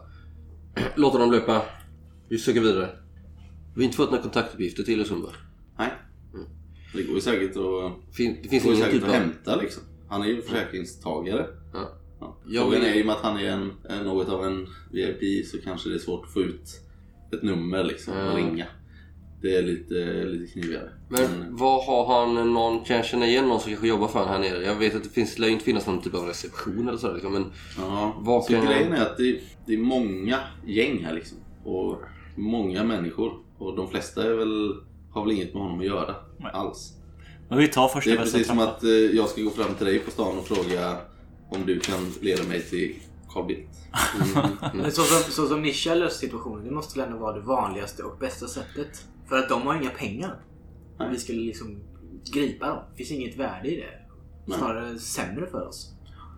Låt dem löpa. Vi söker vidare. Vi har inte fått några kontaktuppgifter till Ilosumba. Nej. Det går ju säkert att, Det finns ingen typ av... hämta liksom. Han är ju försäkringstagare. Ja. Frågan är ju med att han är något av en VIP så kanske det är svårt att få ut ett nummer liksom och ringa. Det är lite knivigare. Men vad har han någon, kan jag känna igen någon som kanske jobbar för han här nere? Jag vet att det lär inte finnas någon typ av reception eller så liksom, men vad så kan grejen är att det är många gäng här liksom och många människor och de flesta har väl inget med honom att göra alls. Men vi tar första. Det är precis som att jag ska gå fram till dig på stan och fråga om du kan leda mig till Carl Bildt. Men så som Nisha löser situationen, det måste väl ändå vara det vanligaste och bästa sättet. För att de har inga pengar. Vi skulle liksom gripa dem. Det finns inget värde i det. Snarare sämre för oss.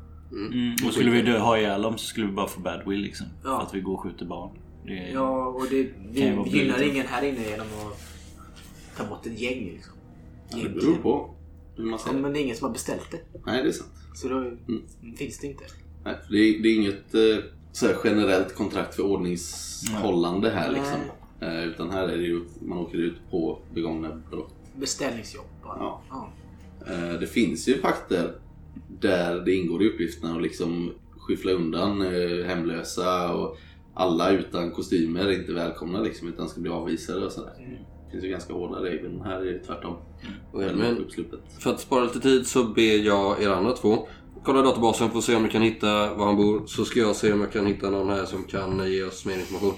Och skulle vi ha ihjäl dem så skulle vi bara få bad will liksom. För att vi går och skjuter barn. Och vi gynnar ingen här inne genom att ta bort ett gäng liksom. Det beror på hur man ser. Men det är ingen som har beställt det. Nej, det är sant. Så då finns det inte. Nej, för det är inget så här generellt kontrakt för ordningshållande här liksom. Utan här är det ju, man åker ut på begångna brott. Beställningsjobb bara. Ja. Det finns ju pakter där det ingår i uppgifterna att liksom skyffla undan hemlösa och alla utan kostymer är inte välkomna liksom, utan ska bli avvisade och sådär. Det finns ju ganska hårda regler, men här är det tvärtom. Men för att spara lite tid så ber jag er andra två kolla databasen för att se om vi kan hitta var han bor. Så ska jag se om jag kan hitta någon här som kan ge oss mer information.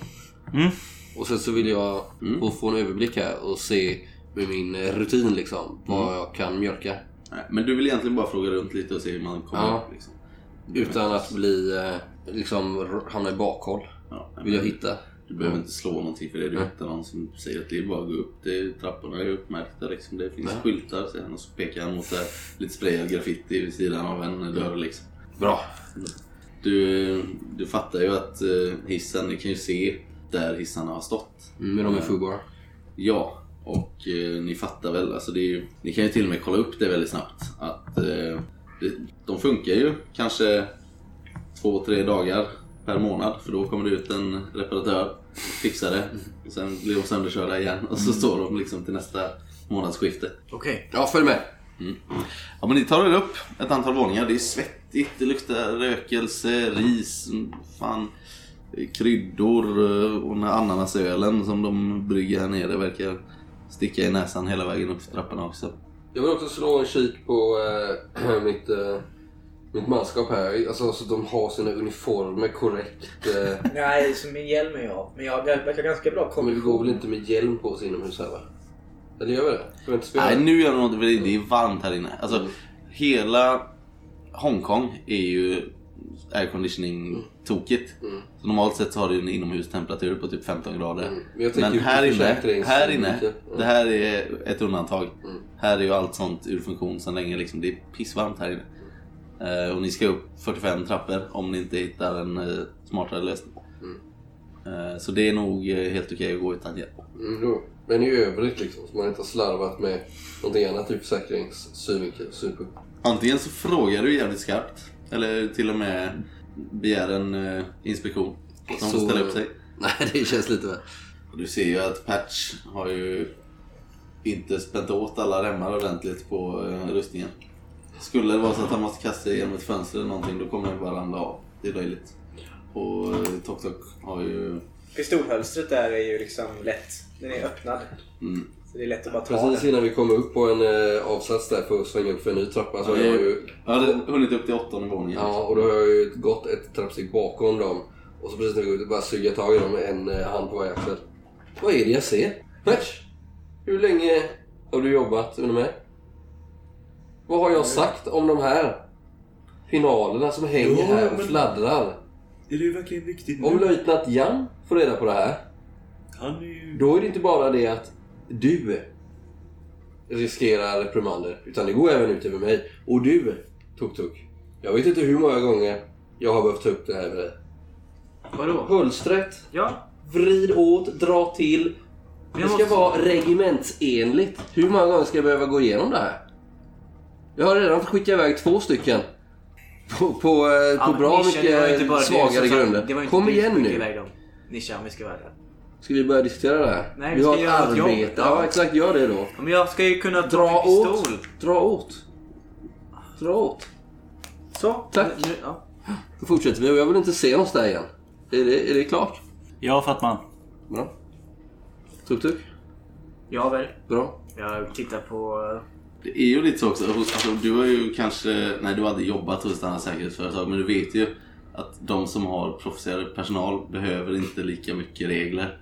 Och sen så vill jag få en överblick här och se med min rutin liksom vad jag kan mjölka. Nej, men du vill egentligen bara fråga runt lite och se hur man kommer upp liksom. Utan att bli liksom hamna i bakhåll. Vill jag hitta. Du behöver inte slå någonting för det. Du hittar någon som säger att det är bara att gå upp. Trapporna är uppmärkta liksom. Det finns skyltar, säger han, och så pekar han mot lite sprayad graffiti vid sidan av en dörr liksom. Bra. Du fattar ju att hissen, ni kan ju se där hissarna har stått. Men de är fullbara. Ja, och ni fattar väl, alltså det är ju, ni kan ju till och med kolla upp det väldigt snabbt att de funkar ju kanske 2-3 dagar per månad, för då kommer det ut en reparatör, fixar det och sen blir de sönderkörda igen och så står de liksom till nästa månadsskifte. Okej. Ja, följ med. Ja, men ni tar er upp ett antal våningar. Det är svettigt, det luktar rökelse, ris, kryddor och den här ananasölen som de brygger här nere verkar sticka i näsan hela vägen upp för trapporna också. Jag vill också slå en kik på mitt manskap här. Alltså så de har sina uniformer korrekt. Nej, som min hjälm är jag. Men jag verkar ganska bra. Men vi går väl inte med hjälm på oss inomhus här, va? Eller gör vi det? Får vi inte spela? Nej, nu gör de något, det är varmt här inne. Alltså, hela Hongkong är ju airconditioning-tokigt. Så normalt sett så har du en inomhustemperatur på typ 15 grader. Men här inne, det här är ett undantag. Här är ju allt sånt ur funktion sedan länge. Liksom, det är pissvarmt här inne. Och ni ska upp 45 trappor om ni inte hittar en smartare lösning. Så det är nog helt okej att gå utan hjälp. Men i övrigt liksom, så man inte har slarvat med någonting annat typ säkerhetssynpunkt. Antingen så frågar du jävligt skarpt, eller till och med begär en inspektion. De får ställa upp sig. Nej, det känns lite väl. Och du ser ju att Patch har ju inte spänt åt alla remmar ordentligt på rustningen. Skulle det vara så att han måste kasta igenom ett fönster eller någonting, då kommer han bara ramla av. Det är löjligt. Och Tok Tok har ju... Pistolhölstret där är ju liksom lätt. Den är öppnad. Så det är lätt att bara ta precis den. innan vi kommer upp på en avsats där för att svänga upp för en ny trappa, så har jag ju... Jag hade hunnit upp till 8:e våningen. Ja, och då har jag ju gått ett trappsteg bakom dem. Och så precis när vi går ut och bara suga tag i dem med en hand på varje axel. Vad är det jag ser? Patch! Hur länge har du jobbat under mig? Vad har jag sagt om de här finalerna som hänger här och fladdrar? Är det verkligen viktigt nu? Om löjtnant Jan får reda på det här, Han är ju... då är det inte bara det att du riskerar reprimander, utan det går även ut över mig. Och du, Tok Tok, jag vet inte hur många gånger jag har behövt ta upp det här med dig. Vadå? Hölstret, Ja. vrid åt, dra till. Det ska vara regimentsenligt. Hur många gånger ska jag behöva gå igenom det här? Jag har redan skickat iväg 2 stycken på bra mycket svagare grunder. Kom igen nu. Nisha, om vi ska vara där. Ska vi börja diskutera det här? Nej, vi vi har ska ett göra ett jobb. arbete. Ja, exakt. Gör det då. Men jag ska ju kunna Dra ta pistol. Dra åt. Dra åt. Så. Tack. Nu, ja. Då fortsätter vi och jag vill inte se oss där igen. Är det klart? Ja, Fatman. Bra. Tuk-tuk. Jag väl. Bra. Jag tittar på... Det är ju lite så också. Alltså, du har ju kanske... Nej, du hade jobbat hos ett annat säkerhetsföretag. Men du vet ju att de som har professionell personal behöver inte lika mycket regler.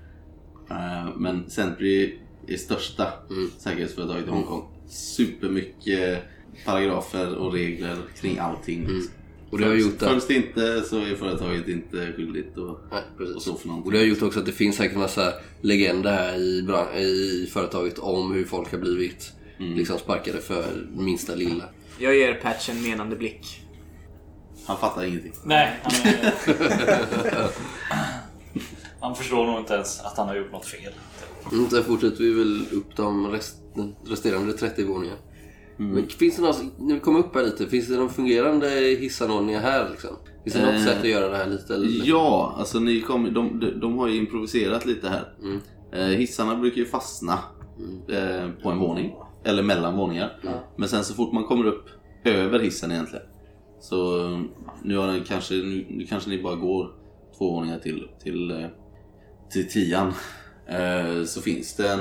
Men Sentry är största säkerhetsföretaget i Hongkong. Supermycket paragrafer och regler kring allting. Och det har gjort följs det inte så är företaget inte skyldigt och så för någonting. Och det har gjort också att det finns säkert en massa legender här i företaget om hur folk har blivit liksom sparkade för minsta lilla. Jag ger Patch en menande blick. Han fattar ingenting. Nej, han förstår nog inte ens att han har gjort något fel. Sen fortsätter vi väl upp de resterande 30 våningar. Men finns det något, när vi kommer upp här lite, finns det någon fungerande hissanordningar här liksom? Finns det något sätt att göra det här lite? Eller? Ja, alltså de har ju improviserat lite här. Hissarna brukar ju fastna på en våning, eller mellan våningar. Men sen så fort man kommer upp över hissen egentligen, så nu kanske ni bara går 2 våningar till 10:an. Så finns det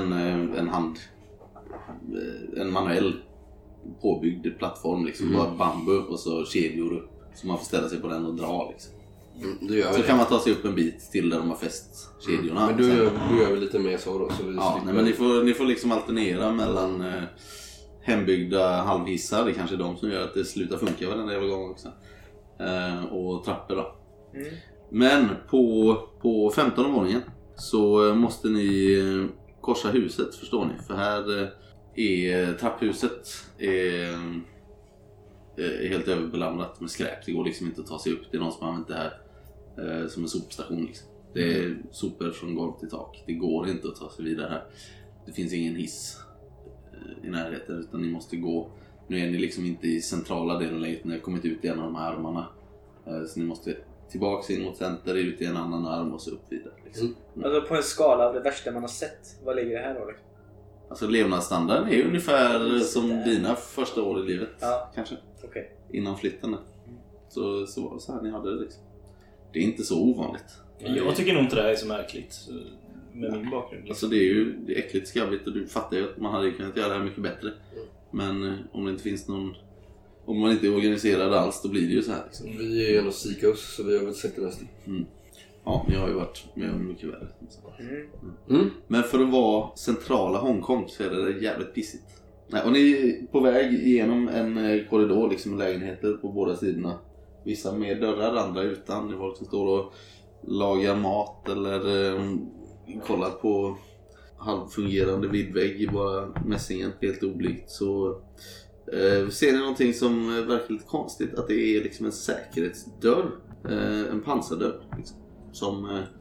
en manuell påbyggd plattform liksom, bara bambu och så kedjor upp, så man får ställa sig på den och dra liksom. Så kan man ta sig upp en bit till där de har fäst kedjorna. Men du gör väl lite mer så då, så vi men ni får liksom alternera mellan hembyggda halvhissar, det är kanske de som gör att det slutar funka varenda jävla gång också, och trappor då. Men på 15:e våningen så måste ni korsa huset, förstår ni, för här är trapphuset är helt överbelamrat med skräp. Det går liksom inte att ta sig upp. Det är någon som har använt det här som en sopstation liksom. Det är sopor från golv till tak. Det går inte att ta sig vidare här. Det finns ingen hiss i närheten, utan ni måste gå. Nu är ni liksom inte i centrala delen längre, ni har kommit ut i en av de här armarna. Så ni måste tillbaka in mot center, ut i en annan arm och så upp vidare liksom. Alltså på en skala av det värsta man har sett, vad ligger det här då? Alltså levnadsstandarden är ungefär som dina första år i livet, kanske. Okay. Innan flytten. Så var det så här ni hade det liksom. Det är inte så ovanligt. Jag tycker nog inte det här är så märkligt med min bakgrund. Alltså det är äckligt skabbigt, och du fattar ju att man hade kunnat göra det här mycket bättre. Men om det inte finns någon... Om man inte är organiserad alls, då blir det ju så här liksom. Vi är ju ändå psykos, så vi har väl sett det nästan. Ja, ni har ju varit med om mycket värre. Men för att vara centrala Hongkong så är det jävligt pissigt. Nej, och ni är på väg igenom en korridor liksom, med lägenheter på båda sidorna. Vissa med dörrar, andra utan. Det är folk som står och lagar mat eller kollar på halvfungerande vidvägg i bara mässingen, helt oblygt. Så ser ni någonting som verkar lite konstigt, att det är liksom en säkerhetsdörr, en pansardörr liksom,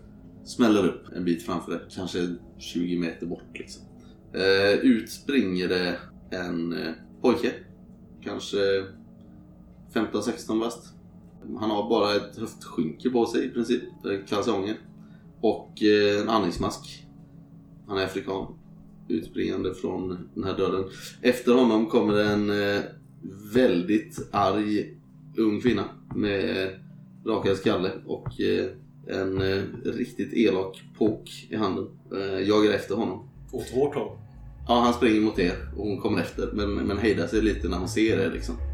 smäller upp en bit framför det. Kanske 20 meter bort liksom. Ut springer det en pojke. Kanske 15-16 bast. Han har bara ett höftskynke på sig i princip. Kalsonger. Och en andningsmask. Han är afrikan. Utspringande från den här dörren. Efter honom kommer en väldigt arg ung kvinna med rakad skalle och en riktigt elak påk i handen. Jagar efter honom. Åt vårt håll. Ja, han springer mot er och hon kommer efter. Men hejdar sig lite när hon ser er liksom.